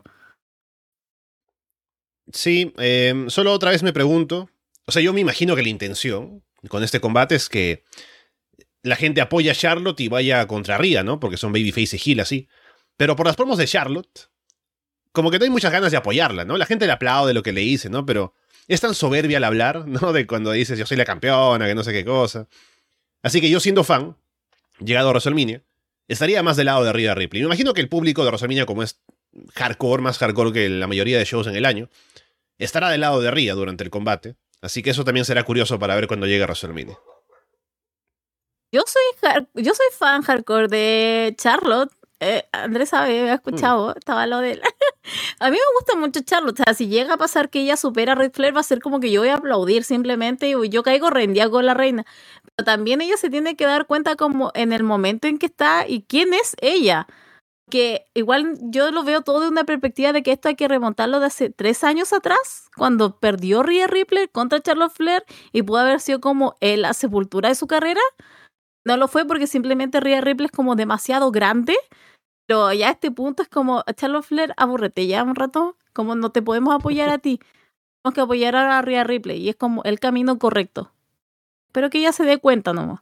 Sí, solo otra vez me pregunto, o sea, yo me imagino que la intención con este combate es que la gente apoya a Charlotte y vaya contra Rhea, ¿no? Porque son babyface y heel así. Pero por las promos de Charlotte, como que no hay muchas ganas de apoyarla, ¿no? La gente le aplaude lo que le dice, ¿no? Pero es tan soberbia al hablar, ¿no? De cuando dices, yo soy la campeona, que no sé qué cosa. Así que yo siendo fan, llegado a WrestleMania, estaría más del lado de Rhea Ripley. Me imagino que el público de WrestleMania, como es hardcore, más hardcore que la mayoría de shows en el año, estará del lado de Rhea durante el combate. Así que eso también será curioso para ver cuando llegue a WrestleMania. Yo soy fan hardcore de Charlotte. Andrés sabe, me ha escuchado, estaba lo de él. A mí me gusta mucho Charlotte. O sea, si llega a pasar que ella supera a Ric Flair, va a ser como que yo voy a aplaudir simplemente y yo caigo rendida con la reina. Pero también ella se tiene que dar cuenta como en el momento en que está y quién es ella. Que igual yo lo veo todo de una perspectiva de que esto hay que remontarlo de hace 3 años atrás, cuando perdió Rhea Ripley contra Charlotte Flair y pudo haber sido como la sepultura de su carrera. No lo fue porque simplemente Rhea Ripley es como demasiado grande, pero ya a este punto es como, Charlotte Flair, aburrete ya un rato, como no te podemos apoyar a ti, tenemos que apoyar a Rhea Ripley y es como el camino correcto. Espero que ella se dé cuenta nomás.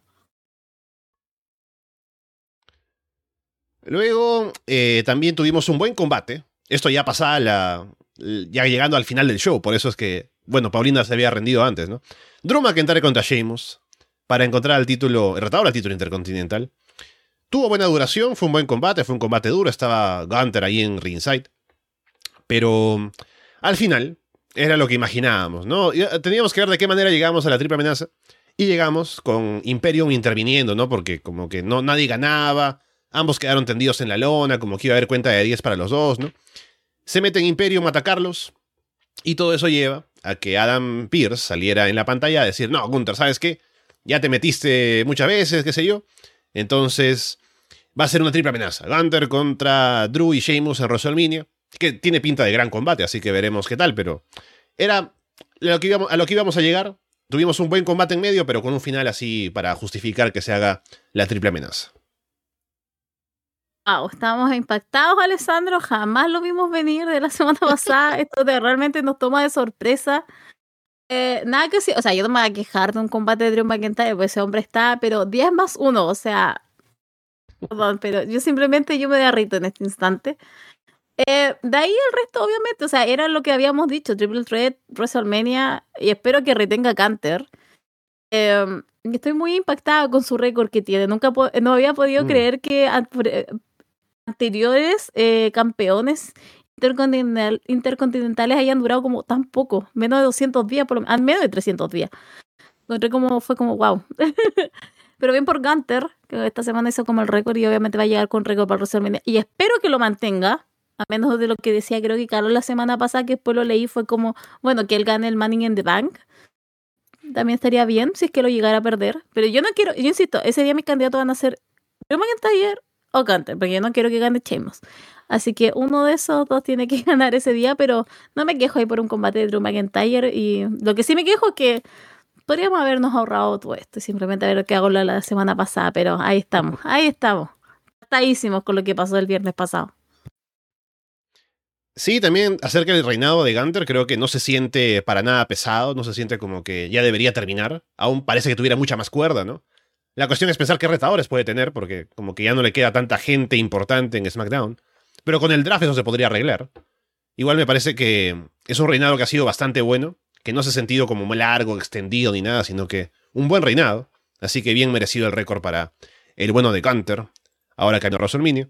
Luego, también tuvimos un buen combate. Esto ya pasaba ya llegando al final del show, por eso es que, bueno, Paulina se había rendido antes, ¿no? Drew McIntyre contra Sheamus para encontrar el retador al título intercontinental. Tuvo buena duración, fue un buen combate, fue un combate duro, estaba Gunther ahí en ringside. Pero al final era lo que imaginábamos, ¿no? Teníamos que ver de qué manera llegamos a la triple amenaza. Y llegamos con Imperium interviniendo, ¿no? Porque como que nadie ganaba, ambos quedaron tendidos en la lona, como que iba a haber cuenta de 10 para los dos, ¿no? Se mete en Imperium a atacarlos. Y todo eso lleva a que Adam Pearce saliera en la pantalla a decir, no, Gunther, ¿sabes qué? Ya te metiste muchas veces, qué sé yo. Entonces va a ser una triple amenaza. Gunther contra Drew y Sheamus en WrestleMania, que tiene pinta de gran combate, así que veremos qué tal, pero era a lo que íbamos a llegar. Tuvimos un buen combate en medio, pero con un final así para justificar que se haga la triple amenaza. Wow, estábamos impactados, Alessandro. Jamás lo vimos venir de la semana pasada. Esto realmente nos toma de sorpresa. Nada que sí, o sea, yo no me voy a quejar de un combate de Drew McIntyre, pues ese hombre está, pero 10+1, o sea, perdón, pero yo me derrito en este instante. De ahí el resto, obviamente, o sea, era lo que habíamos dicho, Triple Threat, WrestleMania, y espero que retenga Gunter. Estoy muy impactada con su récord que tiene. No había podido creer que anteriores campeones intercontinentales hayan durado como tan poco, menos de 200 días, menos de 300 días. Fue como wow. Pero bien por Gunter, que esta semana hizo como el récord y obviamente va a llegar con récord para WrestleMania. Y espero que lo mantenga, a menos de lo que decía creo que Carlos la semana pasada, que después lo leí, fue como, bueno, que él gane el Money in the Bank. También estaría bien si es que lo llegara a perder. Pero yo insisto, ese día mis candidatos van a ser Drew McIntyre o Gunter, porque yo no quiero que gane Sheamus. Así que uno de esos dos tiene que ganar ese día, pero no me quejo ahí por un combate de Drew McIntyre. Y lo que sí me quejo es que podríamos habernos ahorrado todo esto y simplemente haber quedado la semana pasada, pero ahí estamos. Atadísimos con lo que pasó el viernes pasado. Sí, también acerca del reinado de Gunter, creo que no se siente para nada pesado, no se siente como que ya debería terminar. Aún parece que tuviera mucha más cuerda, ¿no? La cuestión es pensar qué retadores puede tener, porque como que ya no le queda tanta gente importante en SmackDown. Pero con el draft eso se podría arreglar. Igual me parece que es un reinado que ha sido bastante bueno, que no se ha sentido como largo, extendido ni nada, sino que un buen reinado. Así que bien merecido el récord para el bueno de Gunter, ahora que ganó WrestleMania.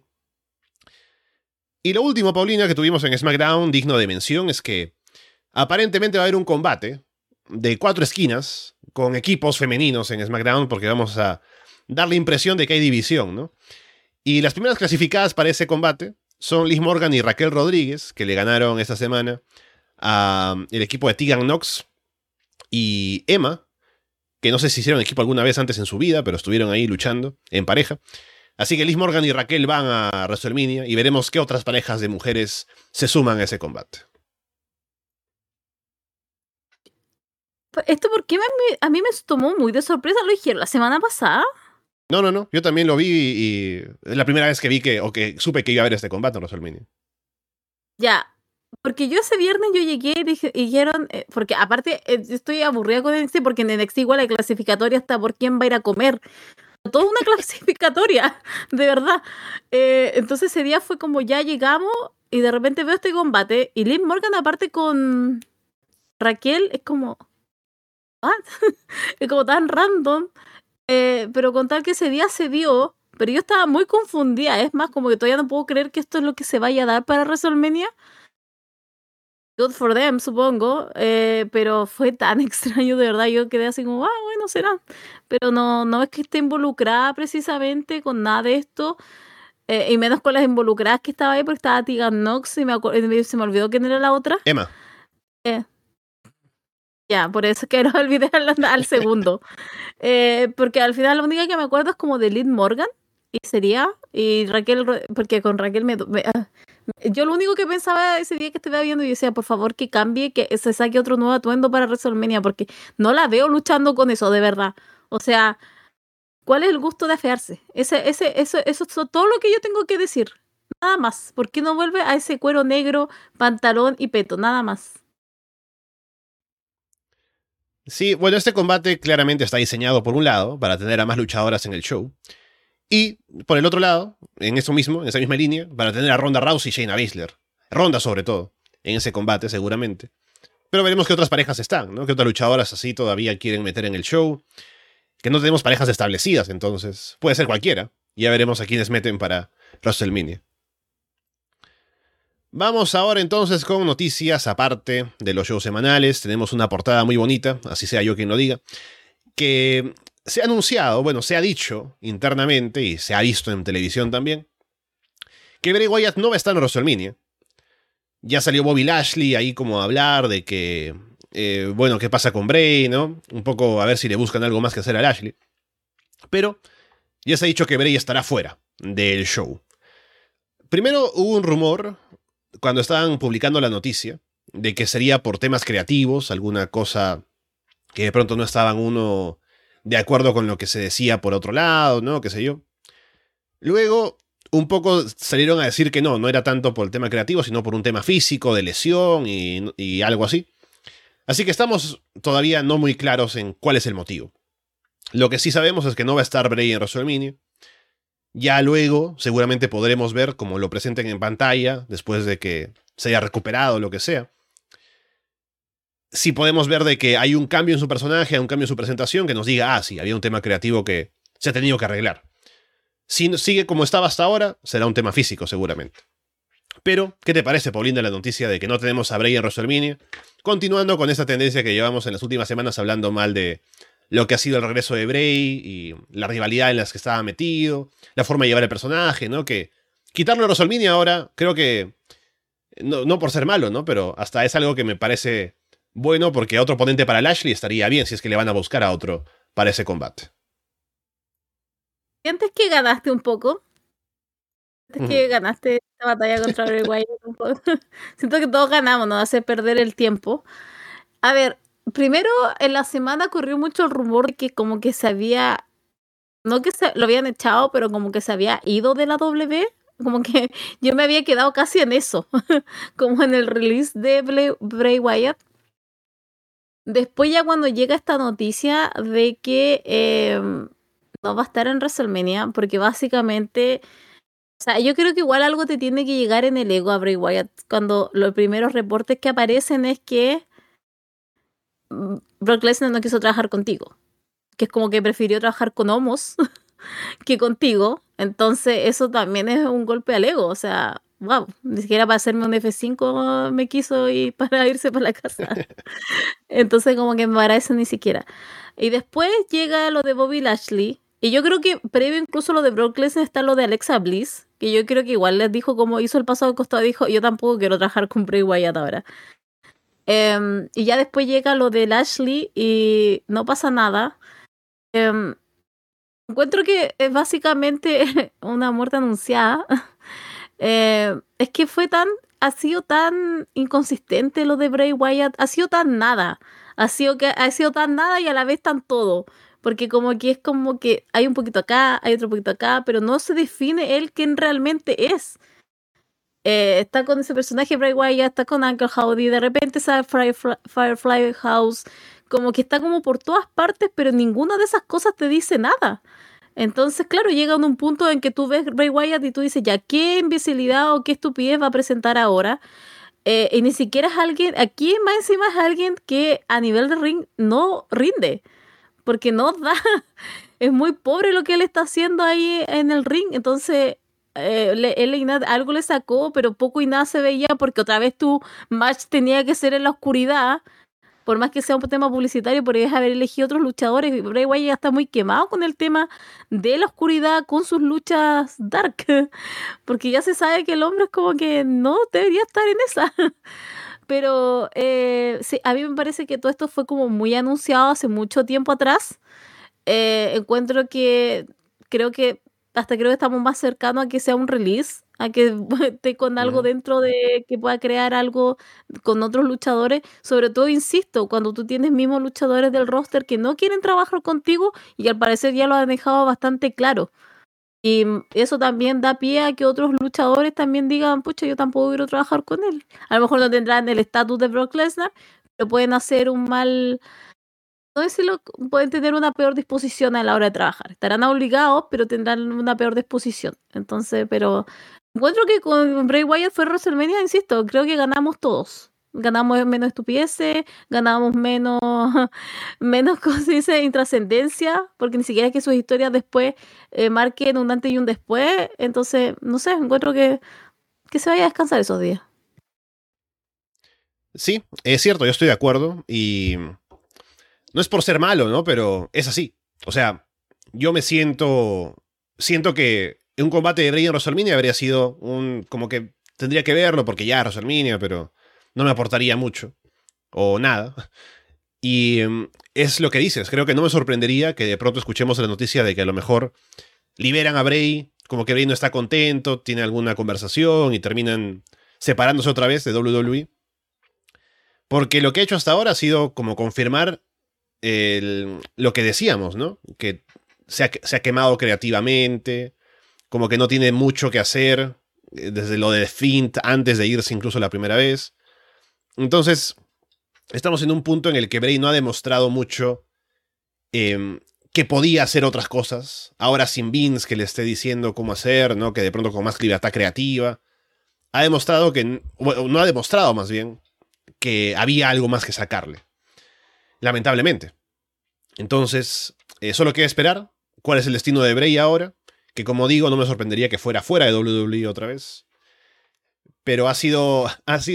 Y lo último, Paulina, que tuvimos en SmackDown, digno de mención, es que aparentemente va a haber un combate de 4 esquinas con equipos femeninos en SmackDown, porque vamos a dar la impresión de que hay división, ¿no? Y las primeras clasificadas para ese combate son Liz Morgan y Raquel Rodríguez, que le ganaron esta semana al equipo de Tegan Nox y Emma, que no sé si hicieron equipo alguna vez antes en su vida, pero estuvieron ahí luchando en pareja. Así que Liz Morgan y Raquel van a WrestleMania y veremos qué otras parejas de mujeres se suman a ese combate. ¿Esto por qué a mí me tomó muy de sorpresa? ¿Lo dijeron la semana pasada? No. Yo también lo vi y es la primera vez que vi que supe que iba a haber este combate en WrestleMania. Ya, porque yo ese viernes yo llegué y dijeron, porque aparte estoy aburrida con NXT porque en NXT igual hay clasificatoria hasta por quién va a ir a comer. Toda una clasificatoria, de verdad. Entonces ese día fue como ya llegamos y de repente veo este combate y Liv Morgan aparte con Raquel es como... ¿what? Es como tan random. Pero con tal que ese día se dio, pero yo estaba muy confundida. Es más, como que todavía no puedo creer que esto es lo que se vaya a dar para WrestleMania. Good for them, supongo, pero fue tan extraño, de verdad. Yo quedé así como, bueno, será. Pero no es que esté involucrada precisamente con nada de esto, y menos con las involucradas que estaba ahí, porque estaba Tegan Nox y se me olvidó quién era la otra. Emma. Ya, por eso que no olvidé al segundo. Porque al final la única que me acuerdo es como de Liv Morgan, y Raquel, porque con Raquel yo lo único que pensaba ese día que estaba viendo, y decía, por favor que cambie, que se saque otro nuevo atuendo para WrestleMania, porque no la veo luchando con eso, de verdad. O sea, ¿cuál es el gusto de afearse? Eso es todo lo que yo tengo que decir. Nada más. ¿Por qué no vuelve a ese cuero negro, pantalón y peto? Nada más. Sí, bueno, este combate claramente está diseñado por un lado para tener a más luchadoras en el show. Y por el otro lado, en esa misma línea, para tener a Ronda Rousey y Shayna Baszler. Ronda sobre todo, en ese combate seguramente. Pero veremos qué otras parejas están, ¿no? Qué otras luchadoras así todavía quieren meter en el show. Que no tenemos parejas establecidas, entonces puede ser cualquiera. Ya veremos a quiénes meten para WrestleMania. Vamos ahora entonces con noticias aparte de los shows semanales. Tenemos una portada muy bonita, así sea yo quien lo diga, que se ha anunciado, bueno, se ha dicho internamente y se ha visto en televisión también, que Bray Wyatt no va a estar en WrestleMania. Ya salió Bobby Lashley ahí como a hablar de que, bueno, qué pasa con Bray, ¿no? Un poco a ver si le buscan algo más que hacer a Lashley. Pero ya se ha dicho que Bray estará fuera del show. Primero hubo un rumor, cuando estaban publicando la noticia, de que sería por temas creativos, alguna cosa que de pronto no estaban uno de acuerdo con lo que se decía por otro lado, ¿no? Qué sé yo. Luego, un poco salieron a decir que no era tanto por el tema creativo, sino por un tema físico, de lesión y algo así. Así que estamos todavía no muy claros en cuál es el motivo. Lo que sí sabemos es que no va a estar Bray en WrestleMania. Ya luego seguramente podremos ver cómo lo presenten en pantalla después de que se haya recuperado o lo que sea. Sí podemos ver de que hay un cambio en su personaje, hay un cambio en su presentación que nos diga, sí, había un tema creativo que se ha tenido que arreglar. Si sigue como estaba hasta ahora, será un tema físico seguramente. Pero, ¿qué te parece, Paulina, la noticia de que no tenemos a Bray en WrestleMania? Continuando con esta tendencia que llevamos en las últimas semanas hablando mal de lo que ha sido el regreso de Bray y la rivalidad en las que estaba metido, la forma de llevar el personaje, ¿no? Que quitarlo a WrestleMania ahora, creo que, no por ser malo, ¿no? Pero hasta es algo que me parece bueno porque otro oponente para Lashley estaría bien si es que le van a buscar a otro para ese combate. ¿Sientes que ganaste un poco? ¿Sientes que ganaste esta batalla contra Bray Wyatt un poco? Siento que todos ganamos, nos hace perder el tiempo. A ver, primero en la semana corrió mucho el rumor de que como que se había, no que se lo habían echado, pero como que se había ido de la W. Como que yo me había quedado casi en eso, como en el release de Bray Wyatt. Después ya cuando llega esta noticia de que no va a estar en WrestleMania, porque básicamente, o sea, yo creo que igual algo te tiene que llegar en el ego a Bray Wyatt cuando los primeros reportes que aparecen es que Brock Lesnar no quiso trabajar contigo, que es como que prefirió trabajar con Omos que contigo, entonces eso también es un golpe al ego, o sea, wow, ni siquiera para hacerme un F5 me quiso ir para irse para la casa. Entonces como que para eso ni siquiera. Y después llega lo de Bobby Lashley. Y yo creo que previo incluso lo de Brock Lesnar está lo de Alexa Bliss. Que yo creo que igual les dijo como hizo el paso al costado. Dijo, yo tampoco quiero trabajar con Bray Wyatt ahora. Y ya después llega lo de Lashley y no pasa nada. Encuentro que es básicamente una muerte anunciada. Es que ha sido tan inconsistente lo de Bray Wyatt, ha sido tan nada, ha sido tan nada y a la vez tan todo, porque como que es como que hay un poquito acá, hay otro poquito acá, pero no se define él quién realmente es. Está con ese personaje Bray Wyatt, está con Uncle Howdy, de repente sale Firefly House, como que está como por todas partes, pero ninguna de esas cosas te dice nada. Entonces, claro, llega a un punto en que tú ves Bray Wyatt y tú dices, ya, ¿qué imbecilidad o qué estupidez va a presentar ahora? Y ni siquiera es alguien, aquí más encima es alguien que a nivel de ring no rinde, porque no da, es muy pobre lo que él está haciendo ahí en el ring, entonces algo le sacó, pero poco y nada se veía porque otra vez tu match tenía que ser en la oscuridad. Por más que sea un tema publicitario, podrías haber elegido otros luchadores. Bray Wyatt ya está muy quemado con el tema de la oscuridad, con sus luchas dark. Porque ya se sabe que el hombre es como que no debería estar en esa. Pero sí, a mí me parece que todo esto fue como muy anunciado hace mucho tiempo atrás. Encuentro que creo que creo que estamos más cercanos a que sea un release, a que esté con algo dentro de que pueda crear algo con otros luchadores. Sobre todo, insisto, cuando tú tienes mismos luchadores del roster que no quieren trabajar contigo y al parecer ya lo han dejado bastante claro. Y eso también da pie a que otros luchadores también digan, pucha, yo tampoco quiero trabajar con él. A lo mejor no tendrán el estatus de Brock Lesnar, pero pueden hacer un mal, no decirlo, pueden tener una peor disposición a la hora de trabajar. Estarán obligados, pero tendrán una peor disposición. Entonces, pero encuentro que con Bray Wyatt fue WrestleMania, insisto, creo que ganamos todos. Ganamos menos estupideces, ganamos menos, menos, ¿cómo se dice?, intrascendencia, porque ni siquiera es que sus historias después marquen un antes y un después. Entonces, no sé, encuentro que se vaya a descansar esos días. Sí, es cierto, yo estoy de acuerdo y no es por ser malo, ¿no? Pero es así. O sea, yo siento que un combate de Bray en WrestleMania habría sido como que tendría que verlo porque ya es WrestleMania, pero no me aportaría mucho o nada. Y es lo que dices, creo que no me sorprendería que de pronto escuchemos la noticia de que a lo mejor liberan a Bray, como que Bray no está contento, tiene alguna conversación y terminan separándose otra vez de WWE. Porque lo que ha hecho hasta ahora ha sido como confirmar lo que decíamos, ¿no? Que se ha quemado creativamente, como que no tiene mucho que hacer, desde lo de Fint antes de irse incluso la primera vez. Entonces, estamos en un punto en el que Bray no ha demostrado mucho que podía hacer otras cosas. Ahora sin Vince que le esté diciendo cómo hacer, ¿no? Que de pronto con más libertad creativa. Ha demostrado que, bueno, no ha demostrado más bien, que había algo más que sacarle. Lamentablemente. Entonces, solo queda esperar cuál es el destino de Bray ahora. Que como digo, no me sorprendería que fuera fuera de WWE otra vez. Pero ha sido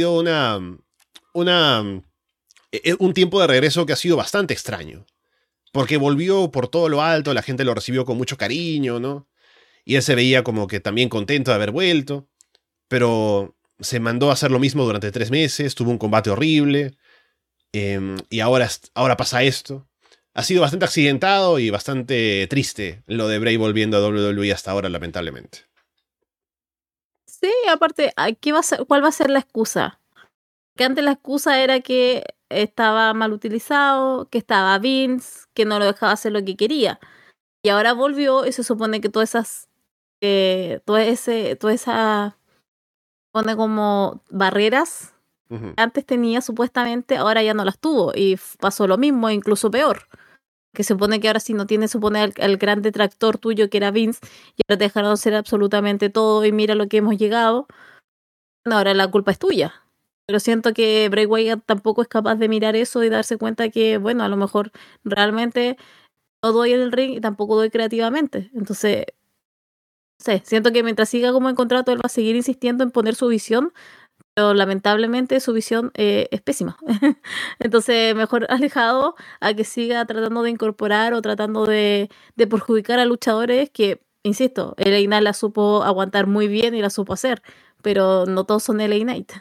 un tiempo de regreso que ha sido bastante extraño. Porque volvió por todo lo alto, la gente lo recibió con mucho cariño, ¿no? Y él se veía como que también contento de haber vuelto. Pero se mandó a hacer lo mismo durante 3 meses, tuvo un combate horrible. Y ahora pasa esto. Ha sido bastante accidentado y bastante triste lo de Bray volviendo a WWE hasta ahora, lamentablemente. Sí, aparte, ¿cuál va a ser la excusa? Que antes la excusa era que estaba mal utilizado, que estaba Vince, que no lo dejaba hacer lo que quería. Y ahora volvió y se supone que todas esas pone como barreras antes tenía supuestamente, ahora ya no las tuvo y pasó lo mismo, incluso peor. Que se supone que ahora sí no tiene, supone el gran detractor tuyo que era Vince y ahora te dejaron hacer absolutamente todo y mira lo que hemos llegado. No, ahora la culpa es tuya. Pero siento que Bray Wyatt tampoco es capaz de mirar eso y darse cuenta que, bueno, a lo mejor realmente no doy en el ring y tampoco doy creativamente. Entonces, no sé, siento que mientras siga como en contrato, él va a seguir insistiendo en poner su visión, pero lamentablemente su visión es pésima. Entonces, mejor alejado a que siga tratando de incorporar o tratando de perjudicar a luchadores que, insisto, LA Knight la supo aguantar muy bien y la supo hacer, pero no todos son LA Knight.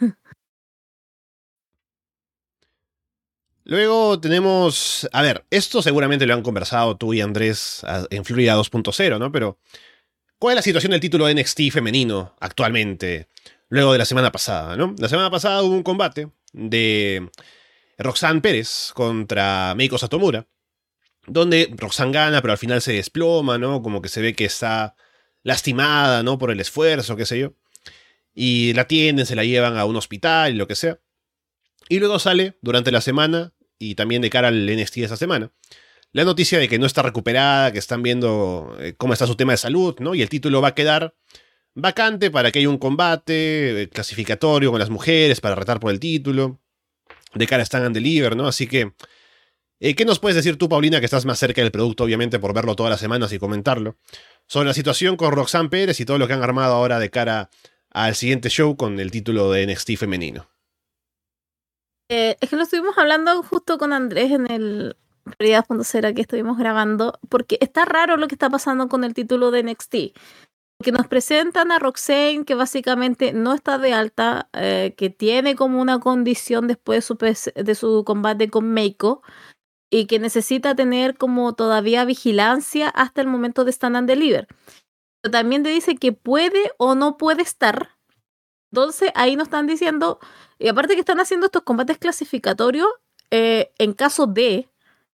Luego tenemos... A ver, esto seguramente lo han conversado tú y Andrés en Florida 2.0, ¿no? Pero, ¿cuál es la situación del título de NXT femenino actualmente? Luego de la semana pasada, ¿no? La semana pasada hubo un combate de Roxanne Pérez contra Meiko Satomura, donde Roxanne gana, pero al final se desploma, ¿no? Como que se ve que está lastimada, ¿no? Por el esfuerzo, qué sé yo. Y la atienden, se la llevan a un hospital y lo que sea. Y luego sale, durante la semana, y también de cara al NXT de esa semana, la noticia de que no está recuperada, que están viendo cómo está su tema de salud, ¿no? Y el título va a quedar vacante para que haya un combate clasificatorio con las mujeres para retar por el título. De cara a Stand and Deliver, ¿no? Así que, ¿qué nos puedes decir tú, Paulina, que estás más cerca del producto, obviamente, por verlo todas las semanas y comentarlo, sobre la situación con Roxanne Pérez y todo lo que han armado ahora de cara al siguiente show con el título de NXT femenino? Es que lo estuvimos hablando justo con Andrés en el Prioridad.0 que estuvimos grabando, porque está raro lo que está pasando con el título de NXT. Que nos presentan a Roxanne, que básicamente no está de alta, que tiene como una condición después de su combate con Meiko, y que necesita tener como todavía vigilancia hasta el momento de Stand and Deliver. Pero también te dice que puede o no puede estar. Entonces ahí nos están diciendo, y aparte que están haciendo estos combates clasificatorios en caso de,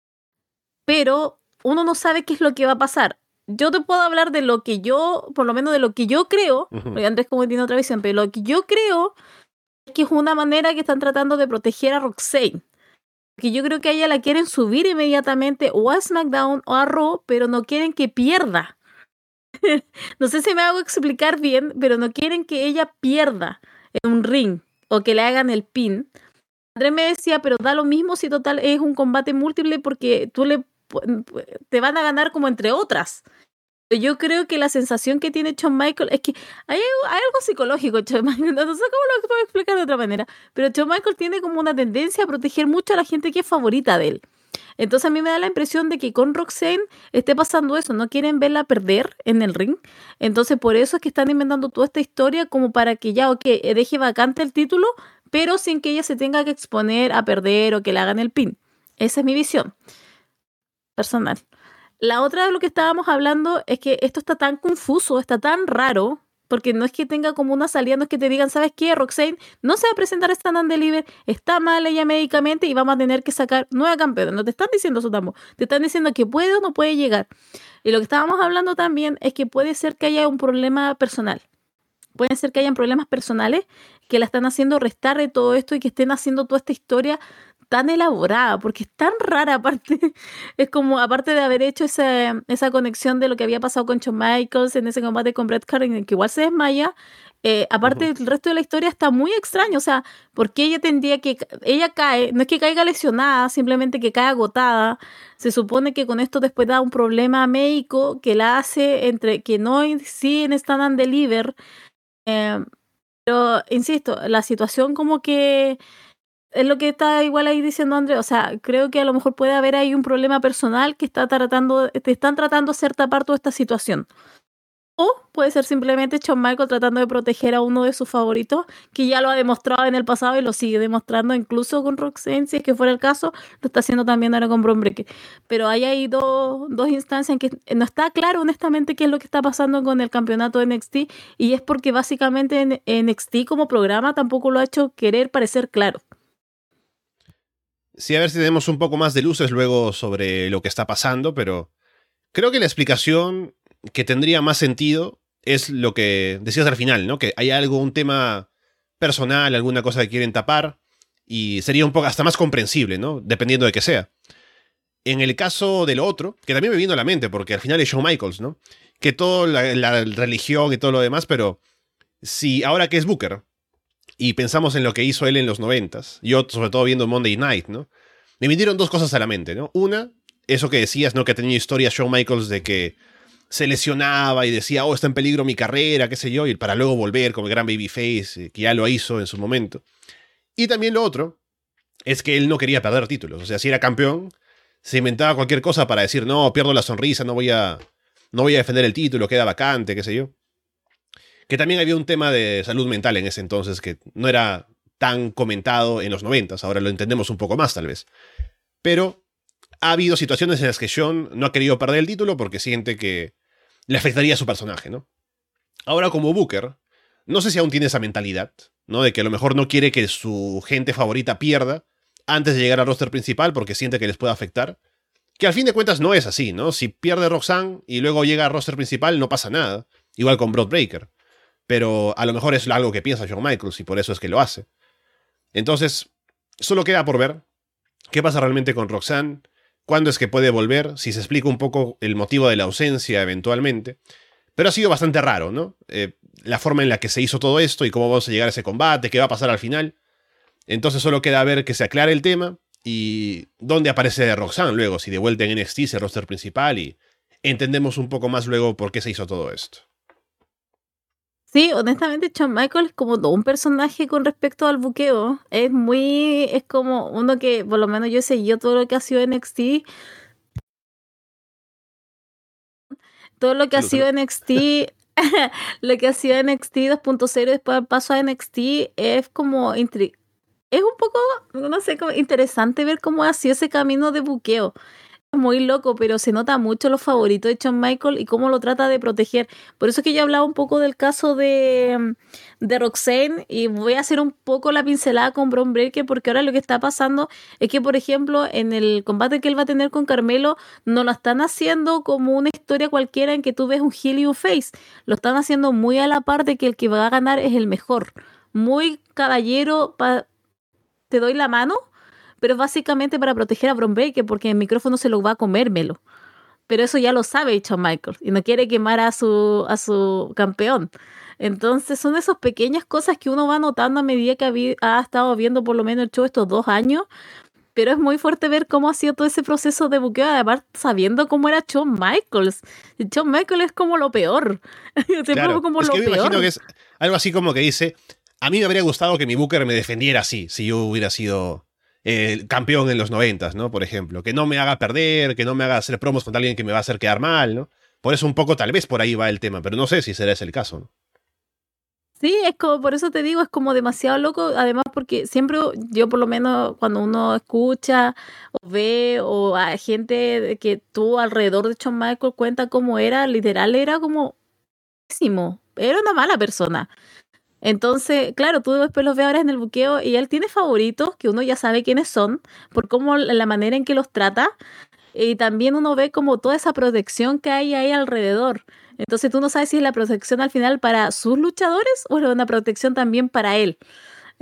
pero uno no sabe qué es lo que va a pasar. Yo te puedo hablar de lo que yo, por lo menos de lo que yo creo, porque Andrés como tiene otra visión, pero lo que yo creo es que es una manera que están tratando de proteger a Roxanne. Que yo creo que a ella la quieren subir inmediatamente o a SmackDown o a Raw, pero no quieren que pierda. No sé si me hago explicar bien, pero no quieren que ella pierda en un ring o que le hagan el pin. Andrés me decía, pero da lo mismo si total es un combate múltiple porque te van a ganar como entre otras. Yo creo que la sensación que tiene Shawn Michaels es que hay algo psicológico, Shawn Michaels, no sé cómo lo puedo explicar de otra manera, pero Shawn Michaels tiene como una tendencia a proteger mucho a la gente que es favorita de él. Entonces a mí me da la impresión de que con Roxanne esté pasando eso, no quieren verla perder en el ring, entonces por eso es que están inventando toda esta historia como para que ya, deje vacante el título, pero sin que ella se tenga que exponer a perder o que le hagan el pin. Esa es mi visión personal. La otra de lo que estábamos hablando es que esto está tan confuso, está tan raro, porque no es que tenga como una salida, no es que te digan, ¿sabes qué? Roxanne no se va a presentar a Stand and Deliver, está mal ella médicamente y vamos a tener que sacar nueva campeona. No te están diciendo eso tampoco, te están diciendo que puede o no puede llegar. Y lo que estábamos hablando también es que puede ser que haya un problema personal. Pueden ser que hayan problemas personales que la están haciendo restar de todo esto y que estén haciendo toda esta historia tan elaborada, porque es tan rara aparte, es como, aparte de haber hecho esa conexión de lo que había pasado con Shawn Michaels en ese combate con Bret Hart, en el que igual se desmaya, aparte Ujú. el resto de la historia está muy extraño, o sea, porque ella tendría que, ella cae, no es que caiga lesionada, simplemente que cae agotada, se supone que con esto después da un problema médico que la hace entre que no sí en stand and deliver, eh, pero insisto, la situación como que es lo que está igual ahí diciendo André, o sea, creo que a lo mejor puede haber ahí un problema personal que te están tratando de hacer tapar toda esta situación. O puede ser simplemente Shawn Michaels tratando de proteger a uno de sus favoritos, que ya lo ha demostrado en el pasado y lo sigue demostrando incluso con Roxanne, si es que fuera el caso, lo está haciendo también ahora con Bron Breakker. Pero hay ahí dos instancias en que no está claro honestamente qué es lo que está pasando con el campeonato de NXT, y es porque básicamente en NXT como programa tampoco lo ha hecho querer parecer claro. Sí, a ver si tenemos un poco más de luces luego sobre lo que está pasando, pero creo que la explicación que tendría más sentido es lo que decías al final, ¿no? Que hay algo, un tema personal, alguna cosa que quieren tapar, y sería un poco hasta más comprensible, ¿no? Dependiendo de qué sea. En el caso de lo otro, que también me vino a la mente, porque al final es Shawn Michaels, ¿no? Que toda la religión y todo lo demás, pero si ahora que es Booker, y pensamos en lo que hizo él en los 90s, yo sobre todo viendo Monday Night, ¿no? Me vinieron dos cosas a la mente, ¿no? Una, eso que decías, ¿no? Que tenía historia Shawn Michaels de que se lesionaba y decía, oh, está en peligro mi carrera, qué sé yo, y para luego volver como el gran babyface, que ya lo hizo en su momento. Y también lo otro es que él no quería perder títulos, o sea, si era campeón, se inventaba cualquier cosa para decir, no, pierdo la sonrisa, no voy a defender el título, queda vacante, qué sé yo. Que también había un tema de salud mental en ese entonces que no era tan comentado en los 90s, ahora lo entendemos un poco más tal vez. Pero ha habido situaciones en las que Shawn no ha querido perder el título porque siente que le afectaría a su personaje, ¿no? Ahora como Booker, no sé si aún tiene esa mentalidad, ¿no? De que a lo mejor no quiere que su gente favorita pierda antes de llegar al roster principal porque siente que les puede afectar. Que al fin de cuentas no es así, ¿no? Si pierde Roxanne y luego llega al roster principal no pasa nada. Igual con Bron Breakker. Pero a lo mejor es algo que piensa Shawn Michaels y por eso es que lo hace. Entonces, solo queda por ver qué pasa realmente con Roxanne, cuándo es que puede volver, si se explica un poco el motivo de la ausencia eventualmente. Pero ha sido bastante raro, ¿no? La forma en la que se hizo todo esto y cómo vamos a llegar a ese combate, qué va a pasar al final. Entonces solo queda ver que se aclare el tema y dónde aparece Roxanne luego, si de vuelta en NXT es el roster principal y entendemos un poco más luego por qué se hizo todo esto. Sí, honestamente, Shawn Michaels es como todo un personaje con respecto al buqueo. Es como uno que, por lo menos yo seguí todo lo que ha sido NXT, todo lo que ha Salud, sido salud. NXT, lo que ha sido NXT 2.0 y después paso a NXT es como es un poco, no sé, como interesante ver cómo ha sido ese camino de buqueo. Muy loco, pero se nota mucho los favoritos de Shawn Michaels y cómo lo trata de proteger. Por eso es que yo hablaba un poco del caso de Roxanne y voy a hacer un poco la pincelada con Bron Breakker porque ahora lo que está pasando es que, por ejemplo, en el combate que él va a tener con Carmelo, no lo están haciendo como una historia cualquiera en que tú ves un heel y un face. Lo están haciendo muy a la par de que el que va a ganar es el mejor. Muy caballero, te doy la mano, pero es básicamente para proteger a Bron Breakker porque el micrófono se lo va a comérmelo. Pero eso ya lo sabe Shawn Michaels y no quiere quemar a su campeón. Entonces son esas pequeñas cosas que uno va notando a medida que ha estado viendo por lo menos el show estos 2 años, pero es muy fuerte ver cómo ha sido todo ese proceso de buqueo, además sabiendo cómo era Shawn Michaels. Y Shawn Michaels es como lo peor, siempre fue Claro, como es que lo yo me imagino que peor. es algo así como que dice, a mí me habría gustado que mi Booker me defendiera así, si yo hubiera sido campeón en los 90s, ¿no? Por ejemplo, que no me haga perder, que no me haga hacer promos contra alguien que me va a hacer quedar mal, ¿no? Por eso un poco tal vez por ahí va el tema, pero no sé si será ese el caso, ¿no? Sí, es como, por eso te digo, es como demasiado loco, además porque siempre yo por lo menos cuando uno escucha o ve o a gente que tuvo alrededor de Shawn Michaels cuenta cómo era, literal era como pésimo, era una mala persona. Entonces, claro, tú después los ves ahora en el buqueo y él tiene favoritos que uno ya sabe quiénes son por cómo la manera en que los trata y también uno ve como toda esa protección que hay ahí alrededor. Entonces tú no sabes si es la protección al final para sus luchadores o es una protección también para él.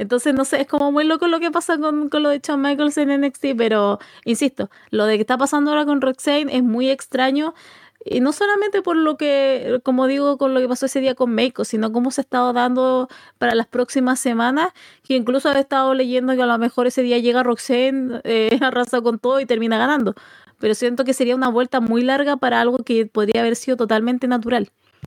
Entonces, no sé, es como muy loco lo que pasa con lo de Shawn Michaels en NXT, pero insisto, lo de que está pasando ahora con Roxanne es muy extraño. Y no solamente por lo que, como digo, con lo que pasó ese día con Meiko, sino cómo se ha estado dando para las próximas semanas, que incluso he estado leyendo que a lo mejor ese día llega Roxanne, arrasa con todo y termina ganando. Pero siento que sería una vuelta muy larga para algo que podría haber sido totalmente natural.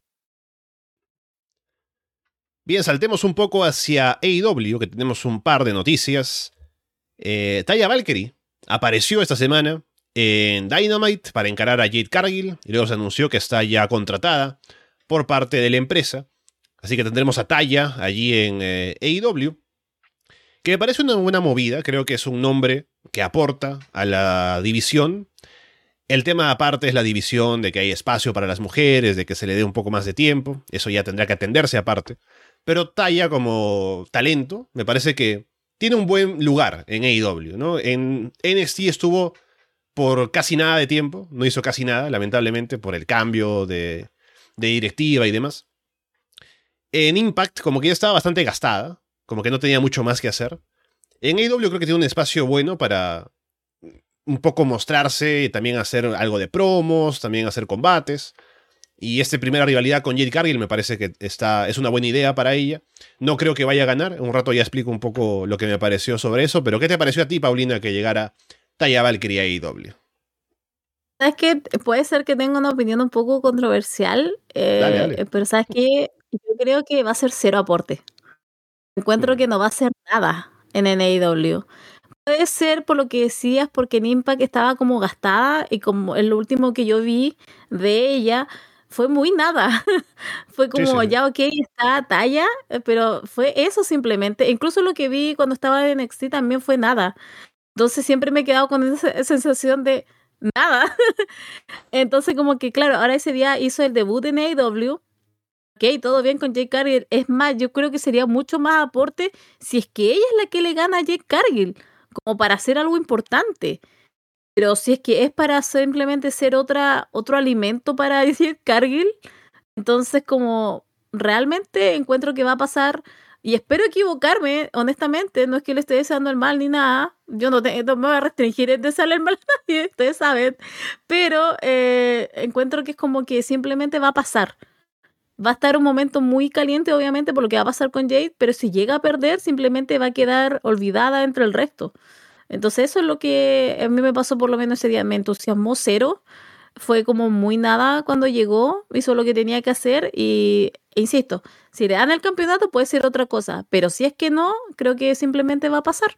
Bien, saltemos un poco hacia AEW, que tenemos un par de noticias. Taya Valkyrie apareció esta semana en Dynamite para encarar a Jade Cargill y luego se anunció que está ya contratada por parte de la empresa. Así que tendremos a Taya allí en AEW, que me parece una buena movida. Creo que es un nombre que aporta a la división. El tema aparte es la división de que hay espacio para las mujeres, de que se le dé un poco más de tiempo. Eso ya tendrá que atenderse aparte. Pero Taya como talento me parece que tiene un buen lugar en AEW, ¿no? En NXT estuvo por casi nada de tiempo, no hizo casi nada, lamentablemente, por el cambio de directiva y demás. En Impact como que ya estaba bastante gastada, como que no tenía mucho más que hacer. En AEW creo que tiene un espacio bueno para un poco mostrarse y también hacer algo de promos, también hacer combates. Y esta primera rivalidad con Jade Cargill me parece que es una buena idea para ella. No creo que vaya a ganar. Un rato ya explico un poco lo que me pareció sobre eso. Pero ¿qué te pareció a ti, Paulina, que llegara Taya Valkyrie a AEW? ¿Sabes qué? Puede ser que tenga una opinión un poco controversial, Dale, dale. pero ¿sabes qué? Yo creo que va a ser cero aporte. Encuentro Mm. que no va a hacer nada en NAW. Puede ser por lo que decías, porque en Impact estaba como gastada y como el último que yo vi de ella fue muy nada. Fue Sí, sí, como, sí. ya ok, está Talla, pero fue eso simplemente. Incluso lo que vi cuando estaba en NXT también fue nada. Entonces siempre me he quedado con esa sensación de nada. Entonces como que claro, ahora ese día hizo el debut en AEW. Ok, todo bien con Jake Cargill. Es más, yo creo que sería mucho más aporte si es que ella es la que le gana a Jake Cargill, como para hacer algo importante. Pero si es que es para simplemente ser otro alimento para Jake Cargill, entonces como realmente encuentro que va a pasar, y espero equivocarme, honestamente, no es que le esté deseando el mal ni nada, yo no me voy a restringir en desearle el mal a nadie, ustedes saben, pero encuentro que es como que simplemente va a pasar. Va a estar un momento muy caliente, obviamente, por lo que va a pasar con Jade, pero si llega a perder, simplemente va a quedar olvidada entre el resto. Entonces, eso es lo que a mí me pasó por lo menos ese día. Me entusiasmó cero. Fue como muy nada cuando llegó, hizo lo que tenía que hacer e insisto, si le dan el campeonato puede ser otra cosa, pero si es que no, creo que simplemente va a pasar.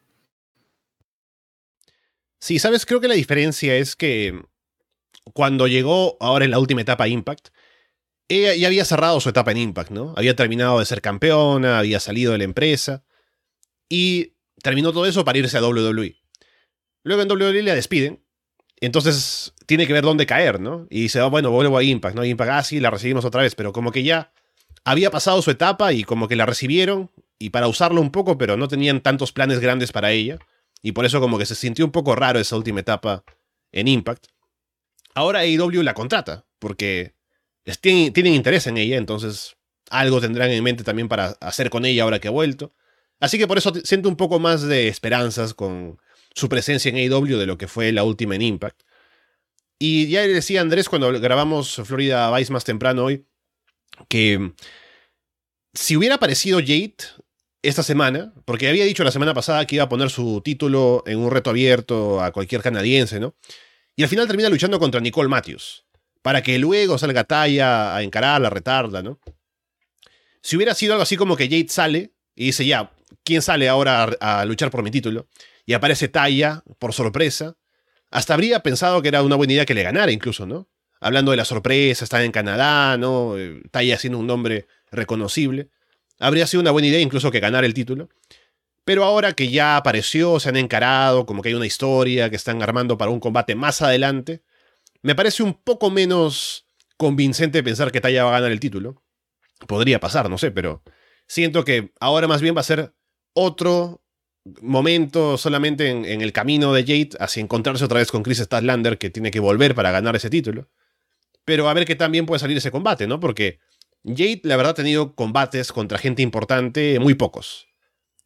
Sí, sabes, creo que la diferencia es que cuando llegó ahora en la última etapa a Impact, ella ya había cerrado su etapa en Impact, ¿no? Había terminado de ser campeona, había salido de la empresa y terminó todo eso para irse a WWE. Luego en WWE la despiden, entonces tiene que ver dónde caer, ¿no? Y dice, bueno, vuelvo a Impact, ¿no? Impact, sí, la recibimos otra vez, pero como que ya había pasado su etapa y como que la recibieron y para usarlo un poco, pero no tenían tantos planes grandes para ella. Y por eso como que se sintió un poco raro esa última etapa en Impact. Ahora AEW la contrata, porque tienen interés en ella, entonces algo tendrán en mente también para hacer con ella ahora que ha vuelto. Así que por eso siento un poco más de esperanzas con su presencia en AEW de lo que fue la última en Impact. Y ya le decía Andrés cuando grabamos Florida Vice más temprano hoy, que si hubiera aparecido Jade esta semana, porque había dicho la semana pasada que iba a poner su título en un reto abierto a cualquier canadiense, ¿no? Y al final termina luchando contra Nicole Matthews, para que luego salga Taya a encararla, a retarla, ¿no? Si hubiera sido algo así como que Jade sale y dice, ya, ¿quién sale ahora a luchar por mi título? Y aparece Taya por sorpresa, hasta habría pensado que era una buena idea que le ganara incluso, ¿no? Hablando de la sorpresa, está en Canadá, ¿no? Taya siendo un nombre reconocible. Habría sido una buena idea incluso que ganara el título. Pero ahora que ya apareció, se han encarado, como que hay una historia que están armando para un combate más adelante, me parece un poco menos convincente pensar que Taya va a ganar el título. Podría pasar, no sé, pero siento que ahora más bien va a ser otro momento solamente en el camino de Jade hacia encontrarse otra vez con Chris Statlander, que tiene que volver para ganar ese título. Pero a ver qué también puede salir ese combate, ¿no? Porque Jade, la verdad, ha tenido combates contra gente importante, muy pocos.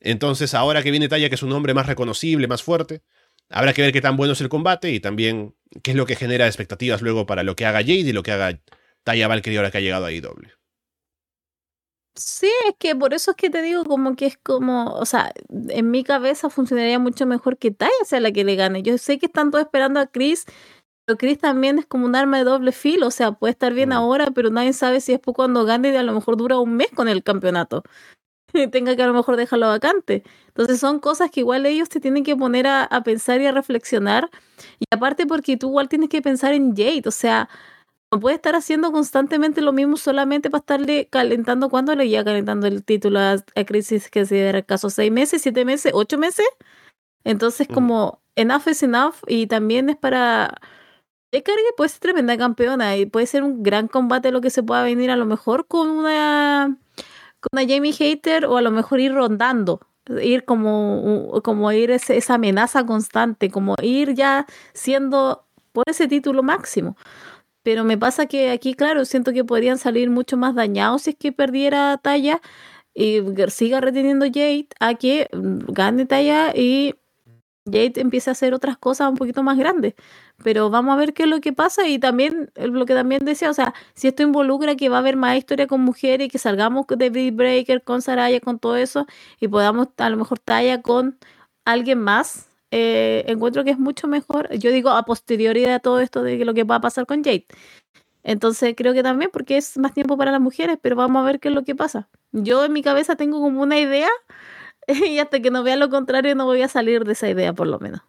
Entonces, ahora que viene Taya, que es un hombre más reconocible, más fuerte, habrá que ver qué tan bueno es el combate y también qué es lo que genera expectativas luego para lo que haga Jade y lo que haga Taya Valkyrie ahora que ha llegado a AEW. Sí, es que por eso es que te digo como que es como, o sea, en mi cabeza funcionaría mucho mejor que Taya sea la que le gane. Yo sé que están todos esperando a Chris, pero Chris también es como un arma de doble filo, o sea, puede estar bien Mm. ahora, pero nadie sabe si después cuando gane a lo mejor dura un mes con el campeonato. Y tenga que a lo mejor dejarlo vacante. Entonces son cosas que igual ellos te tienen que poner a pensar y a reflexionar. Y aparte porque tú igual tienes que pensar en Jade, o sea, no puede estar haciendo constantemente lo mismo solamente para estarle calentando. ¿Cuándo le iba calentando el título a Crisis? Que si era el caso 6 meses, 7 meses, 8 meses. Entonces, Mm. como enough is enough. Y también es para. Cargue puede ser tremenda campeona y puede ser un gran combate lo que se pueda venir a lo mejor con una Jamie Hater o a lo mejor ir rondando. Ir como ir esa amenaza constante, como ir ya siendo por ese título máximo. Pero me pasa que aquí, claro, siento que podrían salir mucho más dañados si es que perdiera Taya y siga reteniendo Jade a que gane Taya y Jade empiece a hacer otras cosas un poquito más grandes. Pero vamos a ver qué es lo que pasa y también lo que también decía, o sea, si esto involucra que va a haber más historia con mujeres y que salgamos de Brit Breaker con Saraya, con todo eso y podamos a lo mejor Taya con alguien más. Encuentro que es mucho mejor, yo digo a posteriori de todo esto de lo que va a pasar con Jade. Entonces creo que también porque es más tiempo para las mujeres, pero vamos a ver qué es lo que pasa. Yo en mi cabeza tengo como una idea y hasta que no vea lo contrario no voy a salir de esa idea por lo menos.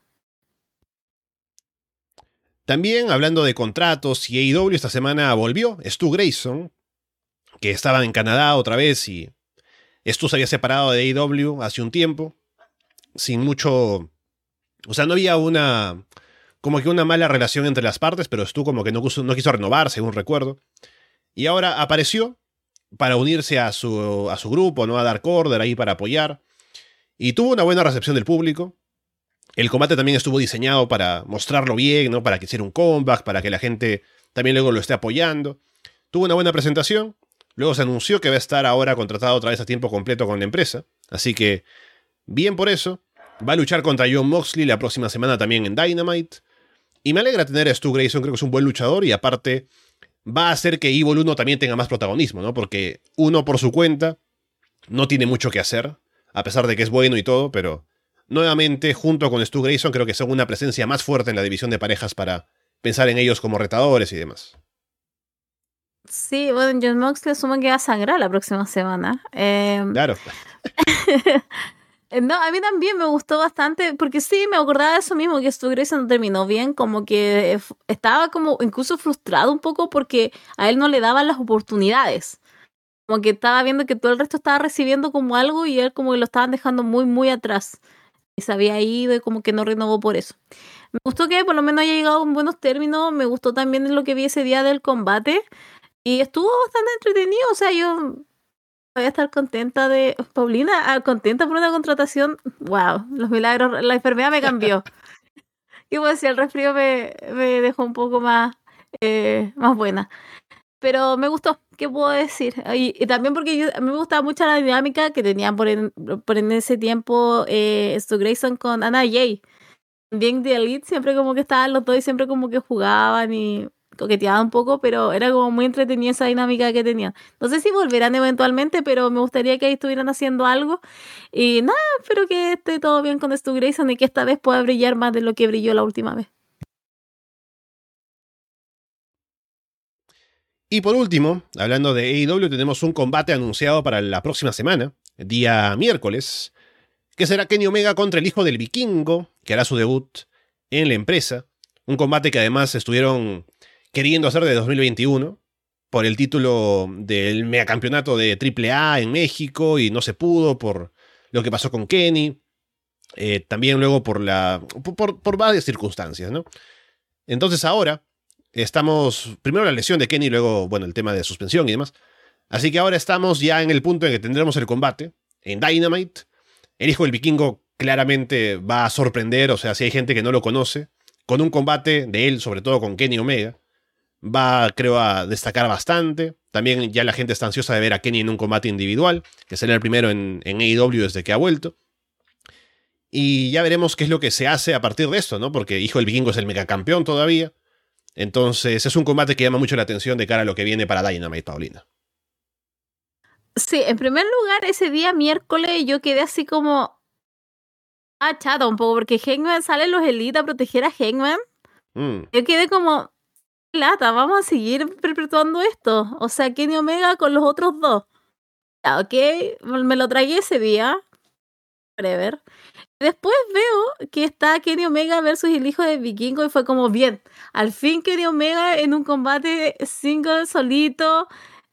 También, hablando de contratos, y AEW esta semana volvió Stu Grayson, que estaba en Canadá otra vez y Stu se había separado de AEW hace un tiempo, sin mucho. O sea, no había como que una mala relación entre las partes, pero Stu como que no quiso renovar, según recuerdo. Y ahora apareció para unirse a su grupo, ¿no? A Dark Order, ahí para apoyar. Y tuvo una buena recepción del público. El combate también estuvo diseñado para mostrarlo bien, ¿no? Para que hiciera un comeback, para que la gente también luego lo esté apoyando. Tuvo una buena presentación. Luego se anunció que va a estar ahora contratado otra vez a tiempo completo con la empresa. Así que, bien por eso. Va a luchar contra Jon Moxley la próxima semana también en Dynamite. Y me alegra tener a Stu Grayson, creo que es un buen luchador y aparte va a hacer que Evil 1 también tenga más protagonismo, ¿no? Porque uno por su cuenta no tiene mucho que hacer, a pesar de que es bueno y todo, pero nuevamente junto con Stu Grayson creo que son una presencia más fuerte en la división de parejas para pensar en ellos como retadores y demás. Sí, bueno, Jon Moxley asumo que va a sangrar la próxima semana. Claro. No, a mí también me gustó bastante, porque sí, me acordaba de eso mismo, que Stu Grayson no terminó bien, como que estaba como incluso frustrado un poco porque a él no le daban las oportunidades. Como que estaba viendo que todo el resto estaba recibiendo como algo y él como que lo estaban dejando muy, muy atrás. Y se había ido y como que no renovó por eso. Me gustó que por lo menos haya llegado en buenos términos, me gustó también lo que vi ese día del combate y estuvo bastante entretenido, o sea, yo voy a estar contenta de Paulina, contenta por una contratación. Wow, los milagros, la enfermedad me cambió. Y pues si el resfrío me dejó un poco más buena. Pero me gustó, ¿qué puedo decir? Y también porque a mí me gustaba mucho la dinámica que tenían por en ese tiempo Stu Grayson con Anna Jay. Bien de Elite, siempre como que estaban los dos y siempre como que jugaban y coqueteaban un poco, pero era como muy entretenida esa dinámica que tenían. No sé si volverán eventualmente, pero me gustaría que ahí estuvieran haciendo algo. Y nada, espero que esté todo bien con Stu Grayson y que esta vez pueda brillar más de lo que brilló la última vez. Y por último, hablando de AEW, tenemos un combate anunciado para la próxima semana, día miércoles, que será Kenny Omega contra el hijo del vikingo, que hará su debut en la empresa. Un combate que además estuvieron queriendo hacer de 2021 por el título del megacampeonato de AAA en México y no se pudo por lo que pasó con Kenny. También luego por varias circunstancias, ¿no? Entonces ahora estamos, primero la lesión de Kenny, luego, bueno, el tema de suspensión y demás. Así que ahora estamos ya en el punto en que tendremos el combate en Dynamite. El hijo del vikingo claramente va a sorprender, o sea, si hay gente que no lo conoce, con un combate de él, sobre todo con Kenny Omega. va, creo, a destacar bastante. También ya la gente está ansiosa de ver a Kenny en un combate individual, que será el primero en AEW desde que ha vuelto. Y ya veremos qué es lo que se hace a partir de esto, ¿no? Porque Hijo del Vikingo es el megacampeón todavía. Entonces es un combate que llama mucho la atención de cara a lo que viene para Dynamite, Paulina. Sí, en primer lugar, ese día miércoles yo quedé así como chata un poco, porque Hangman salen los Elite a proteger a Hangman. Yo quedé como, lata, vamos a seguir perpetuando esto. O sea, Kenny Omega con los otros dos. Ya, ok, me lo tragué ese día. Whatever. Después veo que está Kenny Omega versus el Hijo del Vikingo y fue como, bien, al fin Kenny Omega en un combate single, solito,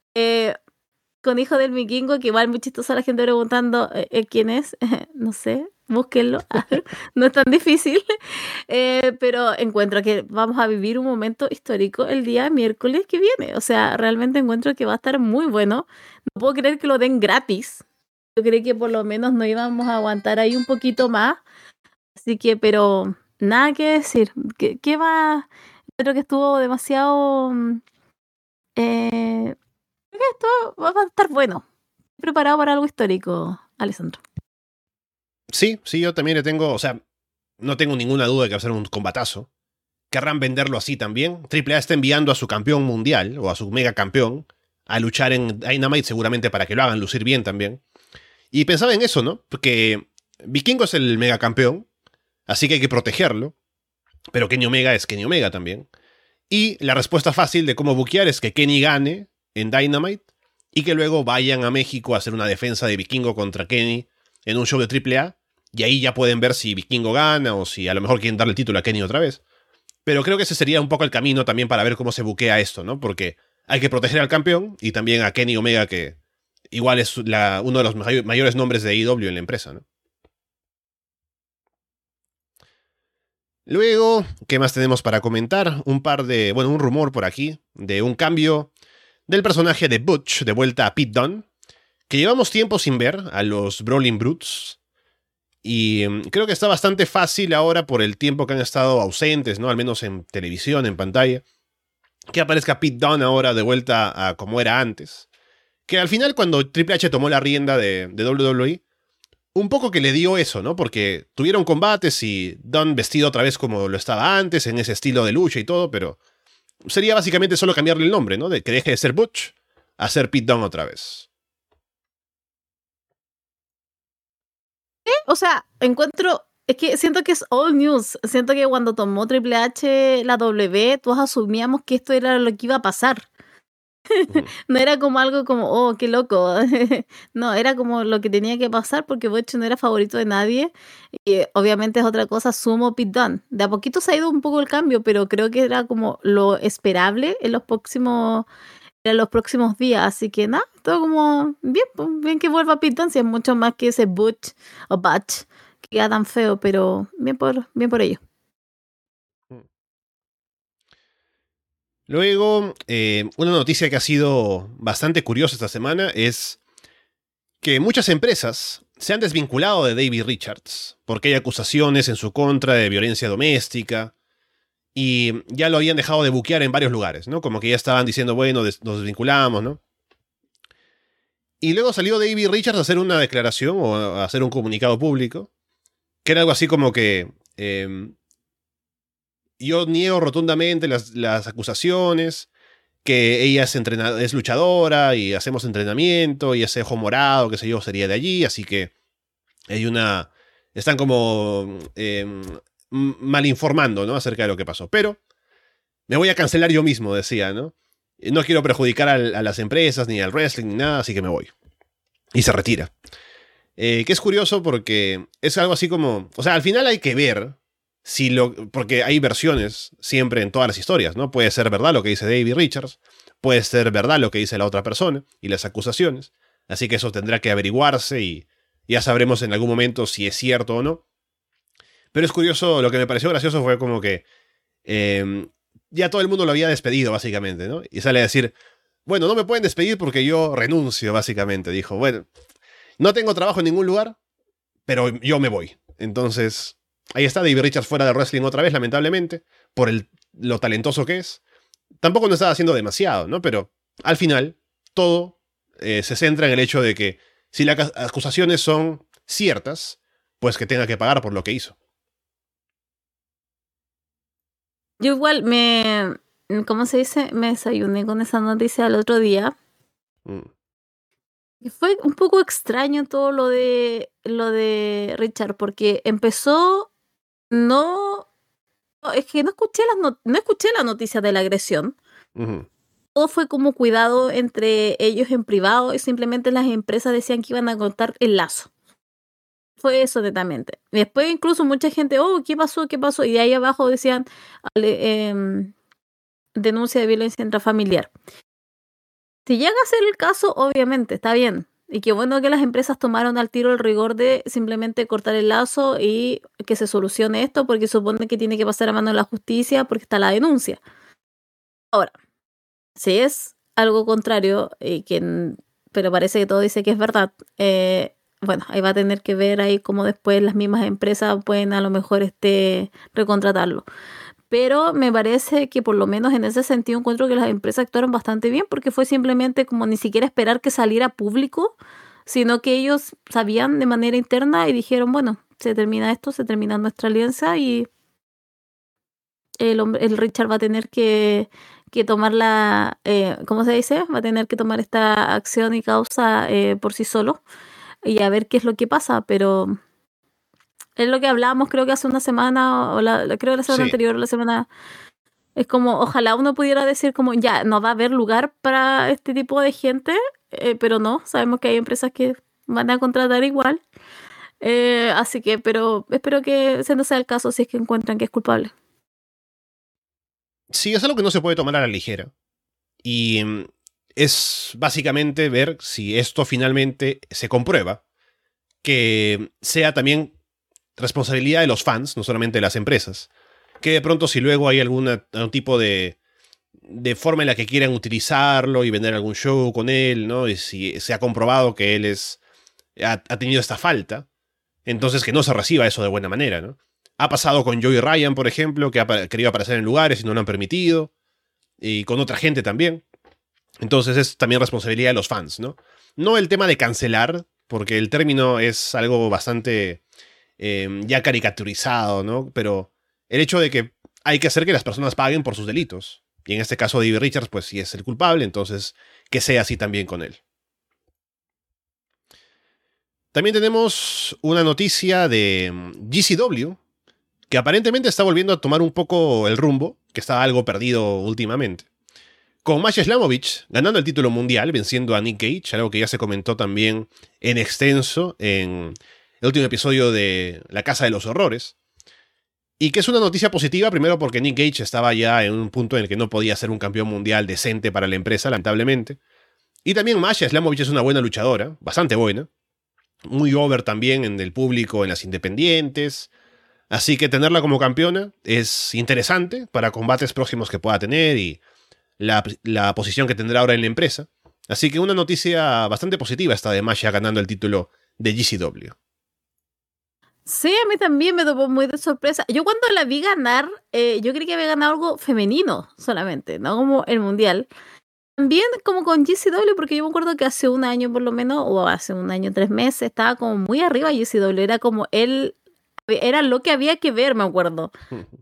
con Hijo del Vikingo, que igual muy chistoso la gente preguntando quién es, no sé, búsquenlo, no es tan difícil, pero encuentro que vamos a vivir un momento histórico el día miércoles que viene, o sea, realmente encuentro que va a estar muy bueno, no puedo creer que lo den gratis. Yo creí que por lo menos no íbamos a aguantar ahí un poquito más. Así que, pero nada que decir. ¿Qué va? Creo que estuvo demasiado... creo que esto va a estar bueno. Estoy preparado para algo histórico, Alessandro. Sí, yo también le tengo... O sea, no tengo ninguna duda de que va a ser un combatazo. Querrán venderlo así también. Triple A está enviando a su campeón mundial, o a su mega campeón, a luchar en Dynamite seguramente para que lo hagan lucir bien también. Y pensaba en eso, ¿no? Porque Vikingo es el megacampeón, así que hay que protegerlo. Pero Kenny Omega es Kenny Omega también. Y la respuesta fácil de cómo buquear es que Kenny gane en Dynamite y que luego vayan a México a hacer una defensa de Vikingo contra Kenny en un show de AAA. Y ahí ya pueden ver si Vikingo gana o si a lo mejor quieren darle el título a Kenny otra vez. Pero creo que ese sería un poco el camino también para ver cómo se buquea esto, ¿no? Porque hay que proteger al campeón y también a Kenny Omega, que igual es uno de los mayores nombres de AEW en la empresa, ¿no? Luego, ¿qué más tenemos para comentar? Un rumor por aquí de un cambio del personaje de Butch de vuelta a Pete Dunne, que llevamos tiempo sin ver a los Brawling Brutes. Y creo que está bastante fácil ahora por el tiempo que han estado ausentes, ¿no? Al menos en televisión, en pantalla, que aparezca Pete Dunne ahora de vuelta a como era antes. Que al final, cuando Triple H tomó la rienda de WWE, un poco que le dio eso, ¿no? Porque tuvieron combates y Dunne vestido otra vez como lo estaba antes, en ese estilo de lucha y todo, pero sería básicamente solo cambiarle el nombre, ¿no? De que deje de ser Butch a ser Pete Dunne otra vez. O sea, es que siento que es old news. Siento que cuando tomó Triple H la W, todos asumíamos que esto era lo que iba a pasar. No era como algo como, oh, qué loco. No, era como lo que tenía que pasar porque Butch no era favorito de nadie. Y obviamente es otra cosa, sumo Pete Dunne. De a poquito se ha ido un poco el cambio, pero creo que era como lo esperable en los próximos días. Así que nada, todo como bien, pues, bien que vuelva Pete Dunne, si es mucho más que ese Butch o Butch que queda tan feo, pero bien por ello. Luego, una noticia que ha sido bastante curiosa esta semana es que muchas empresas se han desvinculado de Davey Richards porque hay acusaciones en su contra de violencia doméstica y ya lo habían dejado de buquear en varios lugares, ¿no? Como que ya estaban diciendo, bueno, nos desvinculamos, ¿no? Y luego salió Davey Richards a hacer una declaración o a hacer un comunicado público que era algo así como que yo niego rotundamente las acusaciones, que ella es luchadora y hacemos entrenamiento y ese ojo morado, qué sé yo, sería de allí, así que están como mal informando, ¿no? Acerca de lo que pasó. Pero me voy a cancelar yo mismo, decía, ¿no? No quiero perjudicar a las empresas, ni al wrestling, ni nada, así que me voy. Y se retira. Que es curioso porque es algo así como... O sea, al final hay que ver porque hay versiones siempre en todas las historias, ¿no? Puede ser verdad lo que dice Davey Richards, puede ser verdad lo que dice la otra persona y las acusaciones, así que eso tendrá que averiguarse y ya sabremos en algún momento si es cierto o no. Pero es curioso, lo que me pareció gracioso fue como que ya todo el mundo lo había despedido, básicamente, ¿no? Y sale a decir, bueno, no me pueden despedir porque yo renuncio, básicamente. Dijo, bueno, no tengo trabajo en ningún lugar, pero yo me voy. Entonces... ahí está Davey Richards fuera de wrestling otra vez, lamentablemente, por lo talentoso que es. tampoco no estaba haciendo demasiado, ¿no? Pero al final, todo se centra en el hecho de que si las acusaciones son ciertas, pues que tenga que pagar por lo que hizo. Yo igual ¿cómo se dice? Me desayuné con esa noticia el otro día. Mm. Y fue un poco extraño todo lo de Richard, porque empezó, es que no escuché no escuché la noticia de la agresión. Uh-huh. Todo fue como cuidado entre ellos en privado y simplemente las empresas decían que iban a cortar el lazo. Fue eso netamente. Después incluso mucha gente, ¿qué pasó? ¿Qué pasó? Y de ahí abajo decían denuncia de violencia intrafamiliar. Si llega a ser el caso, obviamente, está bien. Y qué bueno que las empresas tomaron al tiro el rigor de simplemente cortar el lazo y que se solucione esto, porque supone que tiene que pasar a mano de la justicia porque está la denuncia. Ahora, si es algo contrario, pero parece que todo dice que es verdad, bueno, ahí va a tener que ver ahí cómo después las mismas empresas pueden a lo mejor recontratarlo. Pero me parece que por lo menos en ese sentido encuentro que las empresas actuaron bastante bien, porque fue simplemente como ni siquiera esperar que saliera público, sino que ellos sabían de manera interna y dijeron, bueno, se termina esto, se termina nuestra alianza y el Richard va a tener que tomar ¿cómo se dice? Va a tener que tomar esta acción y causa por sí solo y a ver qué es lo que pasa, pero es lo que hablábamos creo que hace una semana, creo que la semana anterior o la semana. Es como, ojalá uno pudiera decir como, ya, no va a haber lugar para este tipo de gente, pero no, sabemos que hay empresas que van a contratar igual. Así que, pero espero que ese no sea el caso si es que encuentran que es culpable. Sí, es algo que no se puede tomar a la ligera. Y es básicamente ver si esto finalmente se comprueba, que sea también responsabilidad de los fans, no solamente de las empresas. Que de pronto si luego hay algún tipo de forma en la que quieran utilizarlo y vender algún show con él, ¿no? Y si se ha comprobado que él ha tenido esta falta, entonces que no se reciba eso de buena manera, ¿no? Ha pasado con Joey Ryan, por ejemplo, que ha querido aparecer en lugares y no lo han permitido, y con otra gente también. Entonces es también responsabilidad de los fans, ¿no? No el tema de cancelar, porque el término es algo bastante ya caricaturizado, ¿no? Pero el hecho de que hay que hacer que las personas paguen por sus delitos. Y en este caso David Richards, pues sí es el culpable, entonces que sea así también con él. También tenemos una noticia de GCW, que aparentemente está volviendo a tomar un poco el rumbo, que estaba algo perdido últimamente. Con Masha Slamovich ganando el título mundial, venciendo a Nick Gage, algo que ya se comentó también en extenso en el último episodio de La Casa de los Horrores. Y que es una noticia positiva, primero porque Nick Gage estaba ya en un punto en el que no podía ser un campeón mundial decente para la empresa, lamentablemente. Y también Masha Slamovich es una buena luchadora, bastante buena. Muy over también en el público, en las independientes. Así que tenerla como campeona es interesante para combates próximos que pueda tener y la posición que tendrá ahora en la empresa. Así que una noticia bastante positiva esta de Masha ganando el título de GCW. Sí, a mí también me topó muy de sorpresa. Yo cuando la vi ganar, yo creí que había ganado algo femenino solamente, no como el mundial. También como con GCW, porque yo me acuerdo que hace un año por lo menos, o hace un año, 3 meses, estaba como muy arriba GCW. Era como era lo que había que ver, me acuerdo.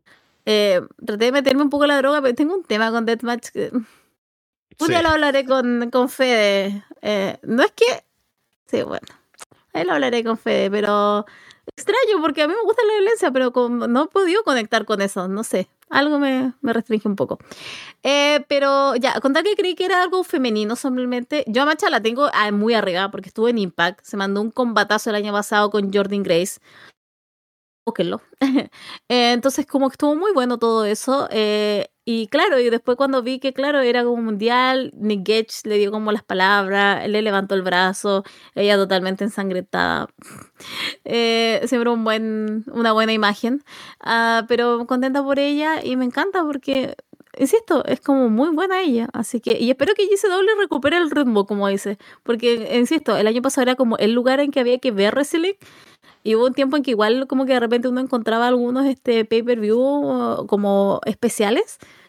Traté de meterme un poco en la droga, pero tengo un tema con Deathmatch. Un día lo hablaré con Fede. No es que... Sí, bueno. Ahí lo hablaré con Fede, pero... Extraño, porque a mí me gusta la violencia, pero no he podido conectar con eso. No sé. Algo me restringe un poco. Pero ya, contar que creí que era algo femenino simplemente. Yo a Macha la tengo muy arriba porque estuvo en Impact. Se mandó un combatazo el año pasado con Jordynne Grace. Búsquenlo. Entonces como que estuvo muy bueno todo eso. Y claro, y después cuando vi que claro, era como mundial, Nick Gage le dio como las palabras, le levantó el brazo, ella totalmente ensangrentada. Siempre una buena imagen. Pero contenta por ella y me encanta porque, insisto, es como muy buena ella. Así que, y espero que GCW recupere el ritmo, como dice. Porque, insisto, el año pasado era como el lugar en que había que ver wrestling. Y hubo un tiempo en que igual como que de repente uno encontraba algunos pay-per-view como especiales.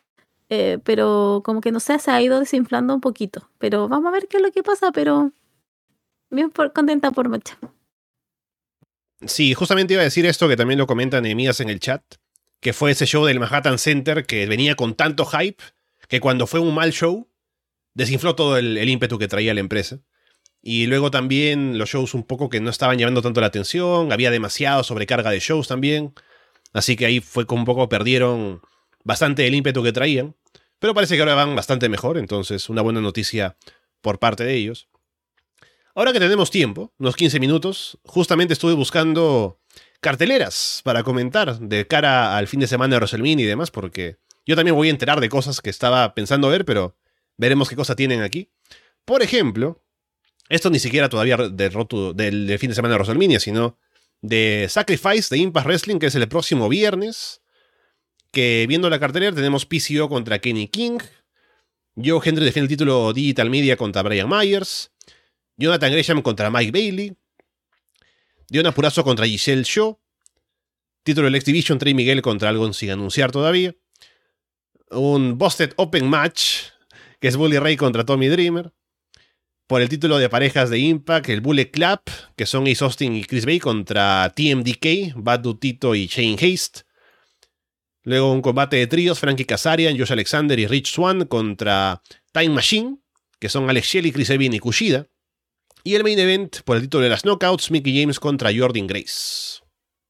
pero como que no sé, se ha ido desinflando un poquito. Pero vamos a ver qué es lo que pasa, pero bien contenta por Matcha. Sí, justamente iba a decir esto que también lo comentan Nehemías en el chat, que fue ese show del Manhattan Center que venía con tanto hype que cuando fue un mal show desinfló todo el ímpetu que traía la empresa. Y luego también los shows un poco que no estaban llevando tanto la atención, había demasiada sobrecarga de shows también, así que ahí fue como un poco perdieron bastante el ímpetu que traían, pero parece que ahora van bastante mejor, entonces una buena noticia por parte de ellos. Ahora que tenemos tiempo, unos 15 minutos, justamente estuve buscando carteleras para comentar de cara al fin de semana de WrestleMania y demás, porque yo también voy a enterar de cosas que estaba pensando ver, pero veremos qué cosa tienen aquí. Por ejemplo, esto ni siquiera todavía del fin de semana de WrestleMania, sino de Sacrifice de Impact Wrestling, que es el próximo viernes, que viendo la cartelera tenemos PCO contra Kenny King, Joe Hendry defiende el título Digital Media contra Brian Myers, Jonathan Gresham contra Mike Bailey, Diona Purrazzo contra Giselle Shaw, título del X Division Trey Miguel contra algo sin anunciar todavía, un Busted Open Match, que es Bully Ray contra Tommy Dreamer, por el título de parejas de Impact, el Bullet Club, que son Ace Austin y Chris Bay contra TMDK, Bad Dude Tito y Shane Haste. Luego un combate de tríos, Frankie Kazarian, Josh Alexander y Rich Swann contra Time Machine, que son Alex Shelley, Chris Evans y Kushida. Y el main event, por el título de las Knockouts, Mickie James contra Jordynne Grace.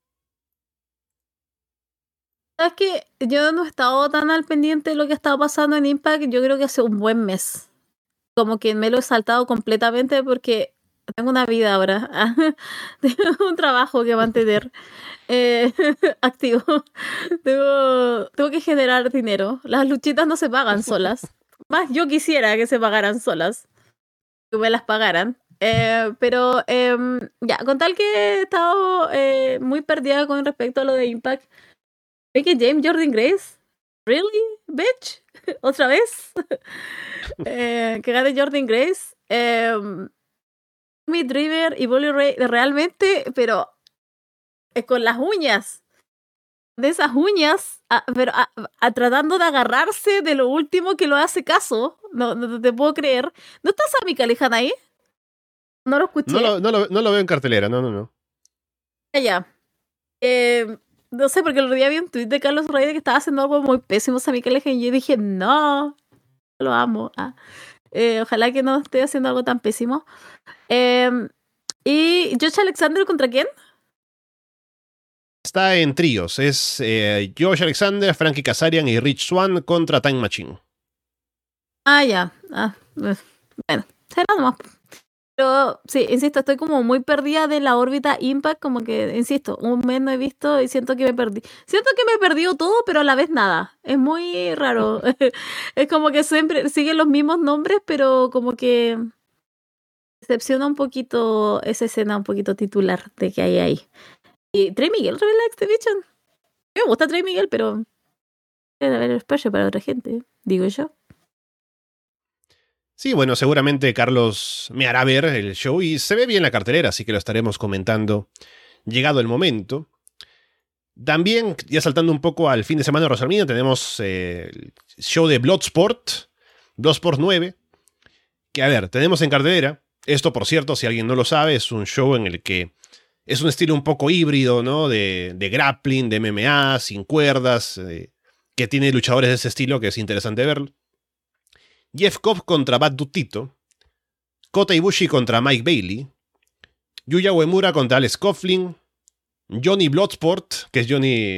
¿Sabes qué? Yo no he estado tan al pendiente de lo que ha estado pasando en Impact, yo creo que hace un buen mes. Como que me lo he saltado completamente porque tengo una vida ahora. Tengo un trabajo que mantener activo. Tengo que generar dinero. Las luchitas no se pagan solas. Más yo quisiera que se pagaran solas. Que me las pagaran. Pero ya, con tal que he estado muy perdida con respecto a lo de Impact. ¿Ve que James Jordynne Grace? ¿Really, bitch? ¿Otra vez? Que gane Jordynne Grace. Tommy Dreamer y Bully Ray realmente, pero con las uñas. De esas uñas, pero tratando de agarrarse de lo último que lo hace caso. No te puedo creer. ¿No está Sami Callihan ahí? No lo escuché. No lo veo en cartelera, no. Ya. No sé, porque el otro día vi un tweet de Carlos Reyes que estaba haciendo algo muy pésimo Sami Callihan y yo dije, no, lo amo. Ojalá que no esté haciendo algo tan pésimo. ¿Y Josh Alexander contra quién? Está en tríos. Es Josh Alexander, Frankie Kazarian y Rich Swann contra Time Machine. Ya. Bueno, será nomás. Pero sí, insisto, estoy como muy perdida de la órbita Impact, como que, insisto, un mes no he visto y siento que me perdí. Siento que me he perdido todo, pero a la vez nada. Es muy raro. Es como que siempre siguen los mismos nombres, pero como que decepciona un poquito esa escena un poquito titular de que hay ahí. Y Trey Miguel revela X Division. Me gusta Trey Miguel, pero debe haber espacio para otra gente, digo yo. Sí, bueno, seguramente Carlos me hará ver el show y se ve bien la cartelera, así que lo estaremos comentando llegado el momento. También, ya saltando un poco al fin de semana de WrestleMania, tenemos el show de Bloodsport 9, que a ver, tenemos en cartelera. Esto, por cierto, si alguien no lo sabe, es un show en el que es un estilo un poco híbrido, ¿no? De grappling, de MMA, sin cuerdas, que tiene luchadores de ese estilo, que es interesante verlo. Jeff Cobb contra Bad Dude Tito, Kota Ibushi contra Mike Bailey, Yuya Uemura contra Alex Coughlin, Johnny Bloodsport, que es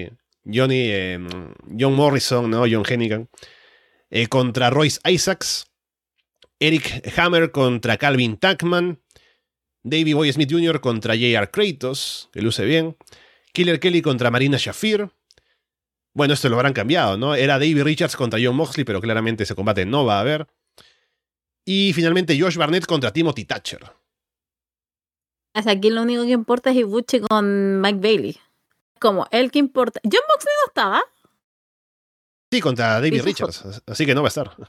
John Morrison, ¿no? John Hennigan, contra Royce Isaacs, Eric Hammer contra Calvin Tankman, Davey Boy Smith Jr. contra J.R. Kratos, que luce bien, Killer Kelly contra Marina Shafir. Bueno, esto lo habrán cambiado, ¿no? Era Davey Richards contra Jon Moxley, pero claramente ese combate no va a haber. Y finalmente Josh Barnett contra Timothy Thatcher. O sea, aquí lo único que importa es Ibushi con Mike Bailey. Como, el que importa. ¿Jon Moxley no estaba? Sí, contra Davey Richards, así que no va a estar.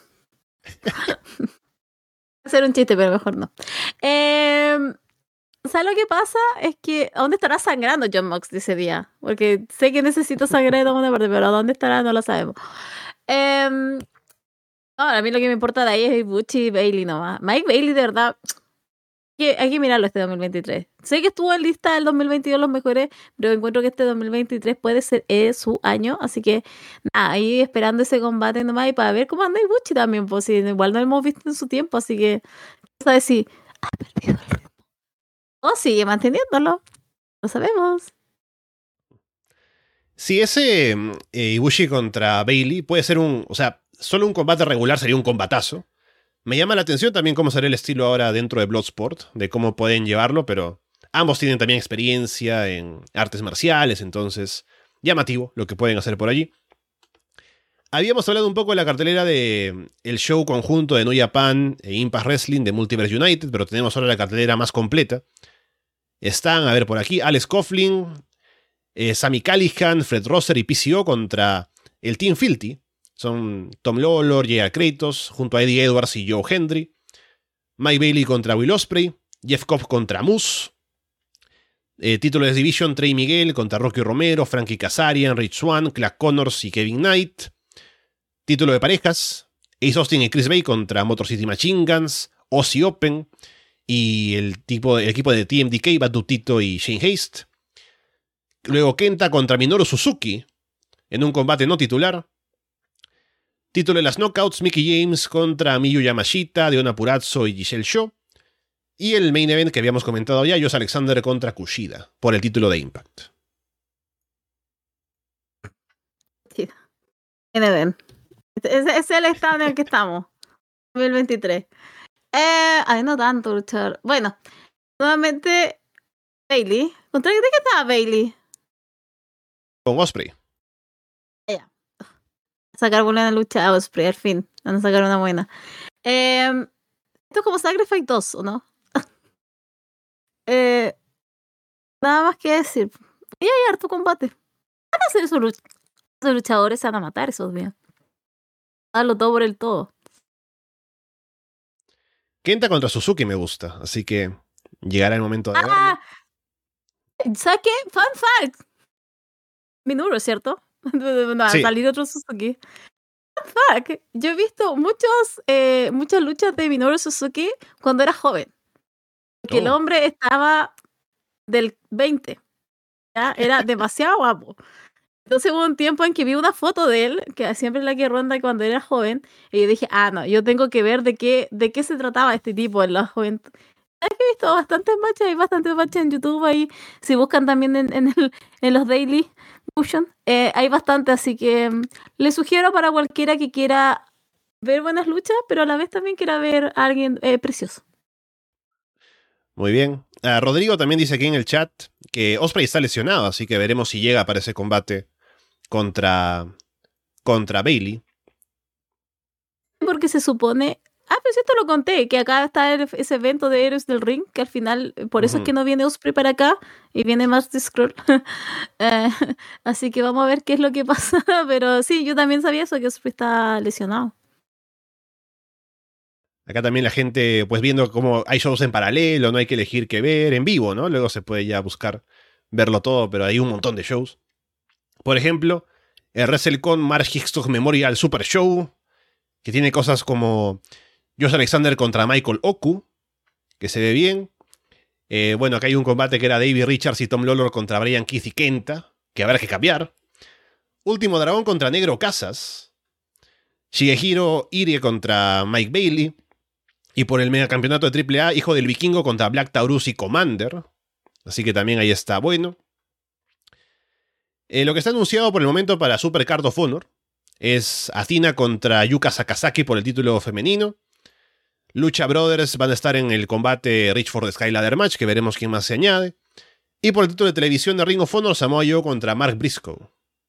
Hacer un chiste, pero mejor no. ¿sabes lo que pasa? Es que ¿a dónde estará sangrando John Mox ese día? Porque sé que necesito sangre de alguna parte, pero ¿a dónde estará? No lo sabemos. No, a mí lo que me importa de ahí es Ibushi y Bailey nomás. Mike Bailey, de verdad, hay que mirarlo este 2023. Sé que estuvo en lista del 2022 los mejores, pero encuentro que este 2023 puede ser su año, así que nada, ahí esperando ese combate nomás y para ver cómo anda Ibushi también, pues si igual no lo hemos visto en su tiempo, así que sabes si ha perdido el ritmo o sigue manteniéndolo, lo sabemos. Si ese Ibushi contra Bailey puede ser o sea, solo un combate regular sería un combatazo. Me llama la atención también cómo será el estilo ahora dentro de Bloodsport, de cómo pueden llevarlo, pero ambos tienen también experiencia en artes marciales, entonces llamativo lo que pueden hacer por allí. Habíamos hablado un poco de la cartelera de el show conjunto de New Japan e Impact Wrestling de Multiverse United, pero tenemos ahora la cartelera más completa. Están, a ver, por aquí, Alex Coughlin, Sami Callihan, Fred Rosser y PCO contra el Team Filthy. Son Tom Lawlor, J.R. Kratos, junto a Eddie Edwards y Joe Hendry. Mike Bailey contra Will Ospreay. Jeff Cobb contra Moose. Título de Division, Trey Miguel contra Rocky Romero, Frankie Kazarian, Rich Swann, Clark Connors y Kevin Knight. Título de parejas, Ace Austin y Chris Bay contra Motor City Machine Guns, Aussie Open y el equipo de TMDK, Bad Dutito y Shane Haste. Luego Kenta contra Minoru Suzuki en un combate no titular. Título de las Knockouts, Mickie James contra Miyu Yamashita, Deonna Purrazzo y Giselle Shaw. Y el main event que habíamos comentado ya, Josh Alexander contra Kushida, por el título de Impact. Sí. Main event. Ese es el estado en el que estamos. 2023. No tanto luchar. Bueno, nuevamente Bailey. ¿Contra de qué estaba Bailey? Con Ospreay. Ya. Sacar buena lucha a Ospreay, al fin. Van a sacar una buena. Esto es como Sacrifice 2, ¿o no? Nada más que decir. Y hay harto combate. Van a hacer esos luchadores, se van a matar esos días. Darlo todo por el todo. Kenta contra Suzuki me gusta, así que llegará el momento de verlo. ¿Sabes qué? Fun fact. Minoru, ¿cierto? No, Sí. salir otro Suzuki. Fun fact. Yo he visto muchas luchas de Minoru Suzuki cuando era joven. Porque el hombre estaba del 20. ¿Ya? Era demasiado guapo. Entonces hubo un tiempo en que vi una foto de él, que siempre es la que ronda cuando era joven, y yo dije, no, yo tengo que ver de qué se trataba este tipo en la juventud. He visto bastantes matches, hay bastantes matches en YouTube ahí, si buscan también en los Daily Motion, hay bastante, así que les sugiero para cualquiera que quiera ver buenas luchas, pero a la vez también quiera ver a alguien precioso. Muy bien. Rodrigo también dice aquí en el chat que Ospreay está lesionado, así que veremos si llega para ese combate contra Bailey. Porque se supone... pues esto lo conté, que acá está ese evento de Héroes del Ring, que al final, por eso es que no viene Ospreay para acá, y viene más de Scroll. Así que vamos a ver qué es lo que pasa, pero sí, yo también sabía eso, que Ospreay está lesionado. Acá también la gente, pues viendo cómo hay shows en paralelo, no hay que elegir qué ver en vivo, ¿no? Luego se puede ya buscar verlo todo, pero hay un montón de shows. Por ejemplo, el WrestleCon March Hickstock Memorial Super Show, que tiene cosas como Josh Alexander contra Michael Oku, que se ve bien. Bueno, acá hay un combate que era Davey Richards y Tom Lawlor contra Brian Keith y Kenta, que habrá que cambiar. Último Dragón contra Negro Casas. Shigehiro Irie contra Mike Bailey. Y por el megacampeonato de AAA, Hijo del Vikingo contra Black Taurus y Commander. Así que también ahí está bueno. Lo que está anunciado por el momento para Super Card of Honor es Athena contra Yuka Sakazaki por el título femenino. Lucha Brothers van a estar en el combate Reach for the Sky Ladder Match, que veremos quién más se añade. Y por el título de televisión de Ring of Honor, Samoa Joe contra Mark Briscoe.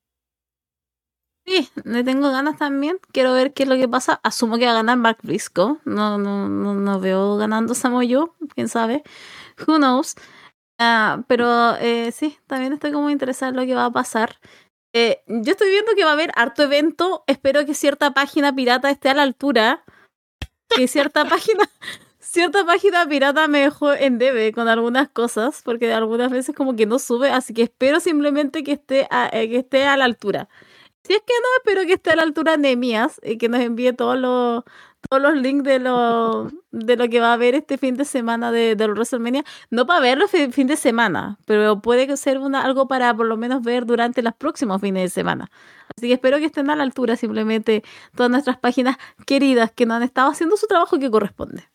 Sí, le tengo ganas también. Quiero ver qué es lo que pasa. Asumo que va a ganar Mark Briscoe. No veo ganando Samoa Joe. Quién sabe. Who knows. Pero sí, también estoy como interesada en lo que va a pasar. Yo estoy viendo que va a haber harto evento. Espero que cierta página pirata esté a la altura. Que cierta página cierta página pirata me dejó en debe con algunas cosas, porque algunas veces como que no sube, así que espero simplemente que esté a la altura. Si es que no, espero que esté a la altura de Mías y que nos envíe todos los links de lo que va a haber este fin de semana de WrestleMania. No para verlo fin de semana, pero puede ser algo para por lo menos ver durante los próximos fines de semana. Así que espero que estén a la altura simplemente todas nuestras páginas queridas que nos han estado haciendo su trabajo que corresponde.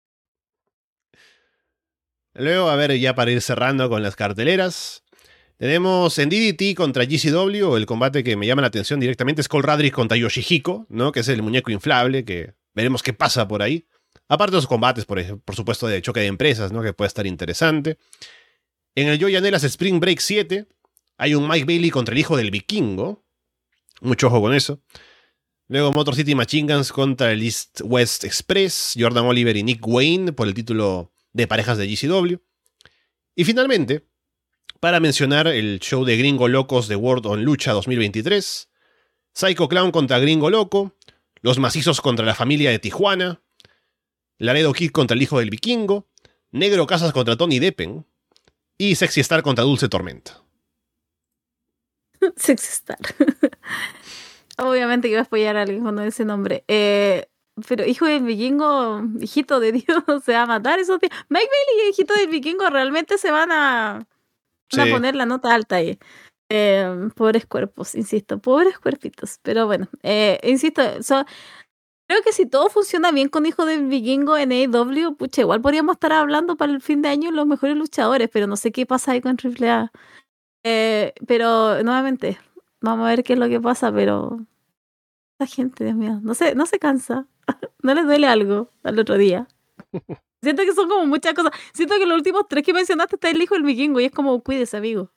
Luego, a ver, ya para ir cerrando con las carteleras, tenemos en DDT contra GCW, el combate que me llama la atención directamente es Cole Radrick contra Yoshihiko, ¿no? Que es el muñeco inflable, que veremos qué pasa por ahí. Aparte de los combates, por supuesto, de choque de empresas, ¿no? Que puede estar interesante. En el Joey Janela's Spring Break 7 hay un Mike Bailey contra el hijo del vikingo. Mucho ojo con eso. Luego Motor City Machine Guns contra el East West Express, Jordan Oliver y Nick Wayne por el título de parejas de GCW. Y finalmente, para mencionar el show de Gringo Locos de World on Lucha 2023, Psycho Clown contra Gringo Loco, Los Macizos contra la familia de Tijuana, Laredo Kid contra el hijo del vikingo, Negro Casas contra Tony Deppen y Sexy Star contra Dulce Tormenta. Sexy Star. Obviamente que va a apoyar a alguien con ese nombre. Pero hijo del vikingo, hijito de Dios, se va a matar esos días. Mike Bailey y hijito del vikingo realmente se van a poner la nota alta ahí. Pobres cuerpos, insisto, pobres cuerpitos. Pero bueno, insisto, creo que si todo funciona bien con hijo del vikingo en AEW, pucha, igual podríamos estar hablando para el fin de año los mejores luchadores, pero no sé qué pasa ahí con AAA. Pero nuevamente, vamos a ver qué es lo que pasa, pero esa gente, Dios mío, no se cansa. ¿No les duele algo al otro día? Siento que son como muchas cosas. Siento que los últimos 3 que mencionaste está el hijo del vikingo y es como, cuídese, amigo.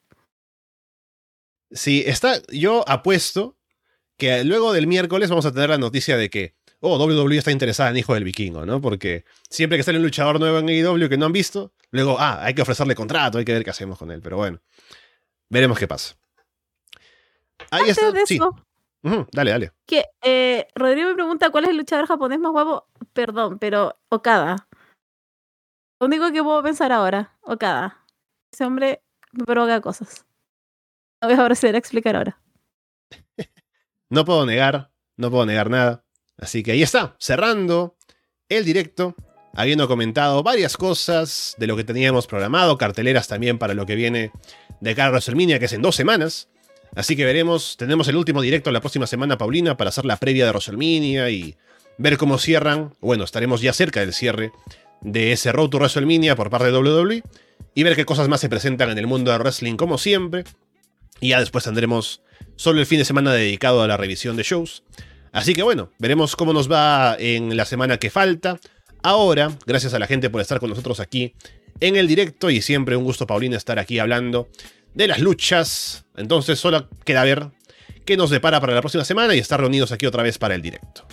Sí, yo apuesto que luego del miércoles vamos a tener la noticia de que WWE está interesada en hijo del vikingo, ¿no? Porque siempre que sale un luchador nuevo en AEW que no han visto, luego, hay que ofrecerle contrato, hay que ver qué hacemos con él. Pero bueno, veremos qué pasa. Ahí Antes está, de sí. eso, Dale. que Rodrigo me pregunta cuál es el luchador japonés más guapo. Perdón, pero Okada. Lo único que puedo pensar ahora, Okada. Ese hombre me provoca cosas. No voy a proceder a explicar ahora. No puedo negar nada. Así que ahí está, cerrando el directo, habiendo comentado varias cosas de lo que teníamos programado, carteleras también para lo que viene de cara a WrestleMania, que es en 2 semanas. Así que tenemos el último directo la próxima semana, Paulina, para hacer la previa de WrestleMania y ver cómo cierran. Bueno, estaremos ya cerca del cierre de ese Road to WrestleMania por parte de WWE y ver qué cosas más se presentan en el mundo del wrestling como siempre. Y ya después tendremos solo el fin de semana dedicado a la revisión de shows. Así que bueno, veremos cómo nos va en la semana que falta. Ahora, gracias a la gente por estar con nosotros aquí en el directo y siempre un gusto, Paulina, estar aquí hablando de las luchas. Entonces solo queda ver qué nos depara para la próxima semana y estar reunidos aquí otra vez para el directo.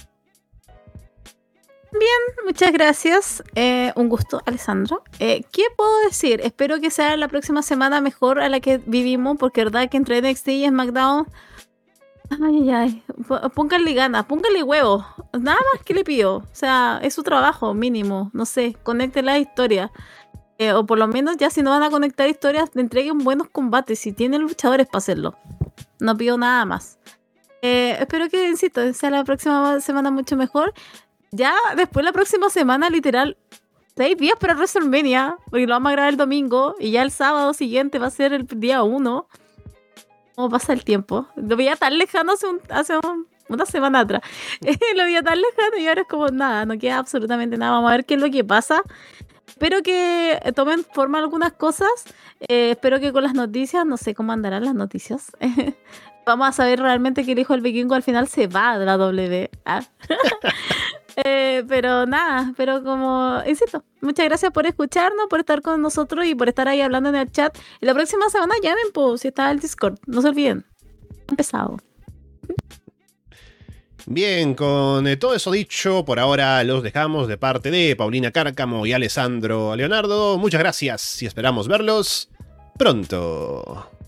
Bien, muchas gracias. Un gusto, Alessandro. ¿Qué puedo decir? Espero que sea la próxima semana mejor a la que vivimos, porque verdad que entre NXT y SmackDown, ay, pónganle ganas, pónganle huevo. Nada más que le pido. O sea, es su trabajo mínimo. No sé, conecten la historia. O por lo menos ya si no van a conectar historias, entreguen buenos combates. Si tienen luchadores para hacerlo. No pido nada más. Espero que, insisto, sea la próxima semana mucho mejor. Ya después la próxima semana, literal, 6 días para WrestleMania, porque lo vamos a grabar el domingo, y ya el sábado siguiente va a ser el día 1. ¿Cómo pasa el tiempo? Lo veía tan lejano hace una semana atrás. Lo veía tan lejano y ahora es como nada, no queda absolutamente nada. Vamos a ver qué es lo que pasa. Espero que tomen forma algunas cosas. Espero que con las noticias, no sé cómo andarán las noticias. Vamos a saber realmente que el hijo del vikingo al final se va de la W. Pero nada, pero como insisto, muchas gracias por escucharnos, por estar con nosotros y por estar ahí hablando en el chat. Y la próxima semana llamen, pues, si está el Discord, no se olviden. Empezado. Bien, con todo eso dicho, por ahora los dejamos de parte de Paulina Cárcamo y Alessandro Leonardo. Muchas gracias y esperamos verlos pronto.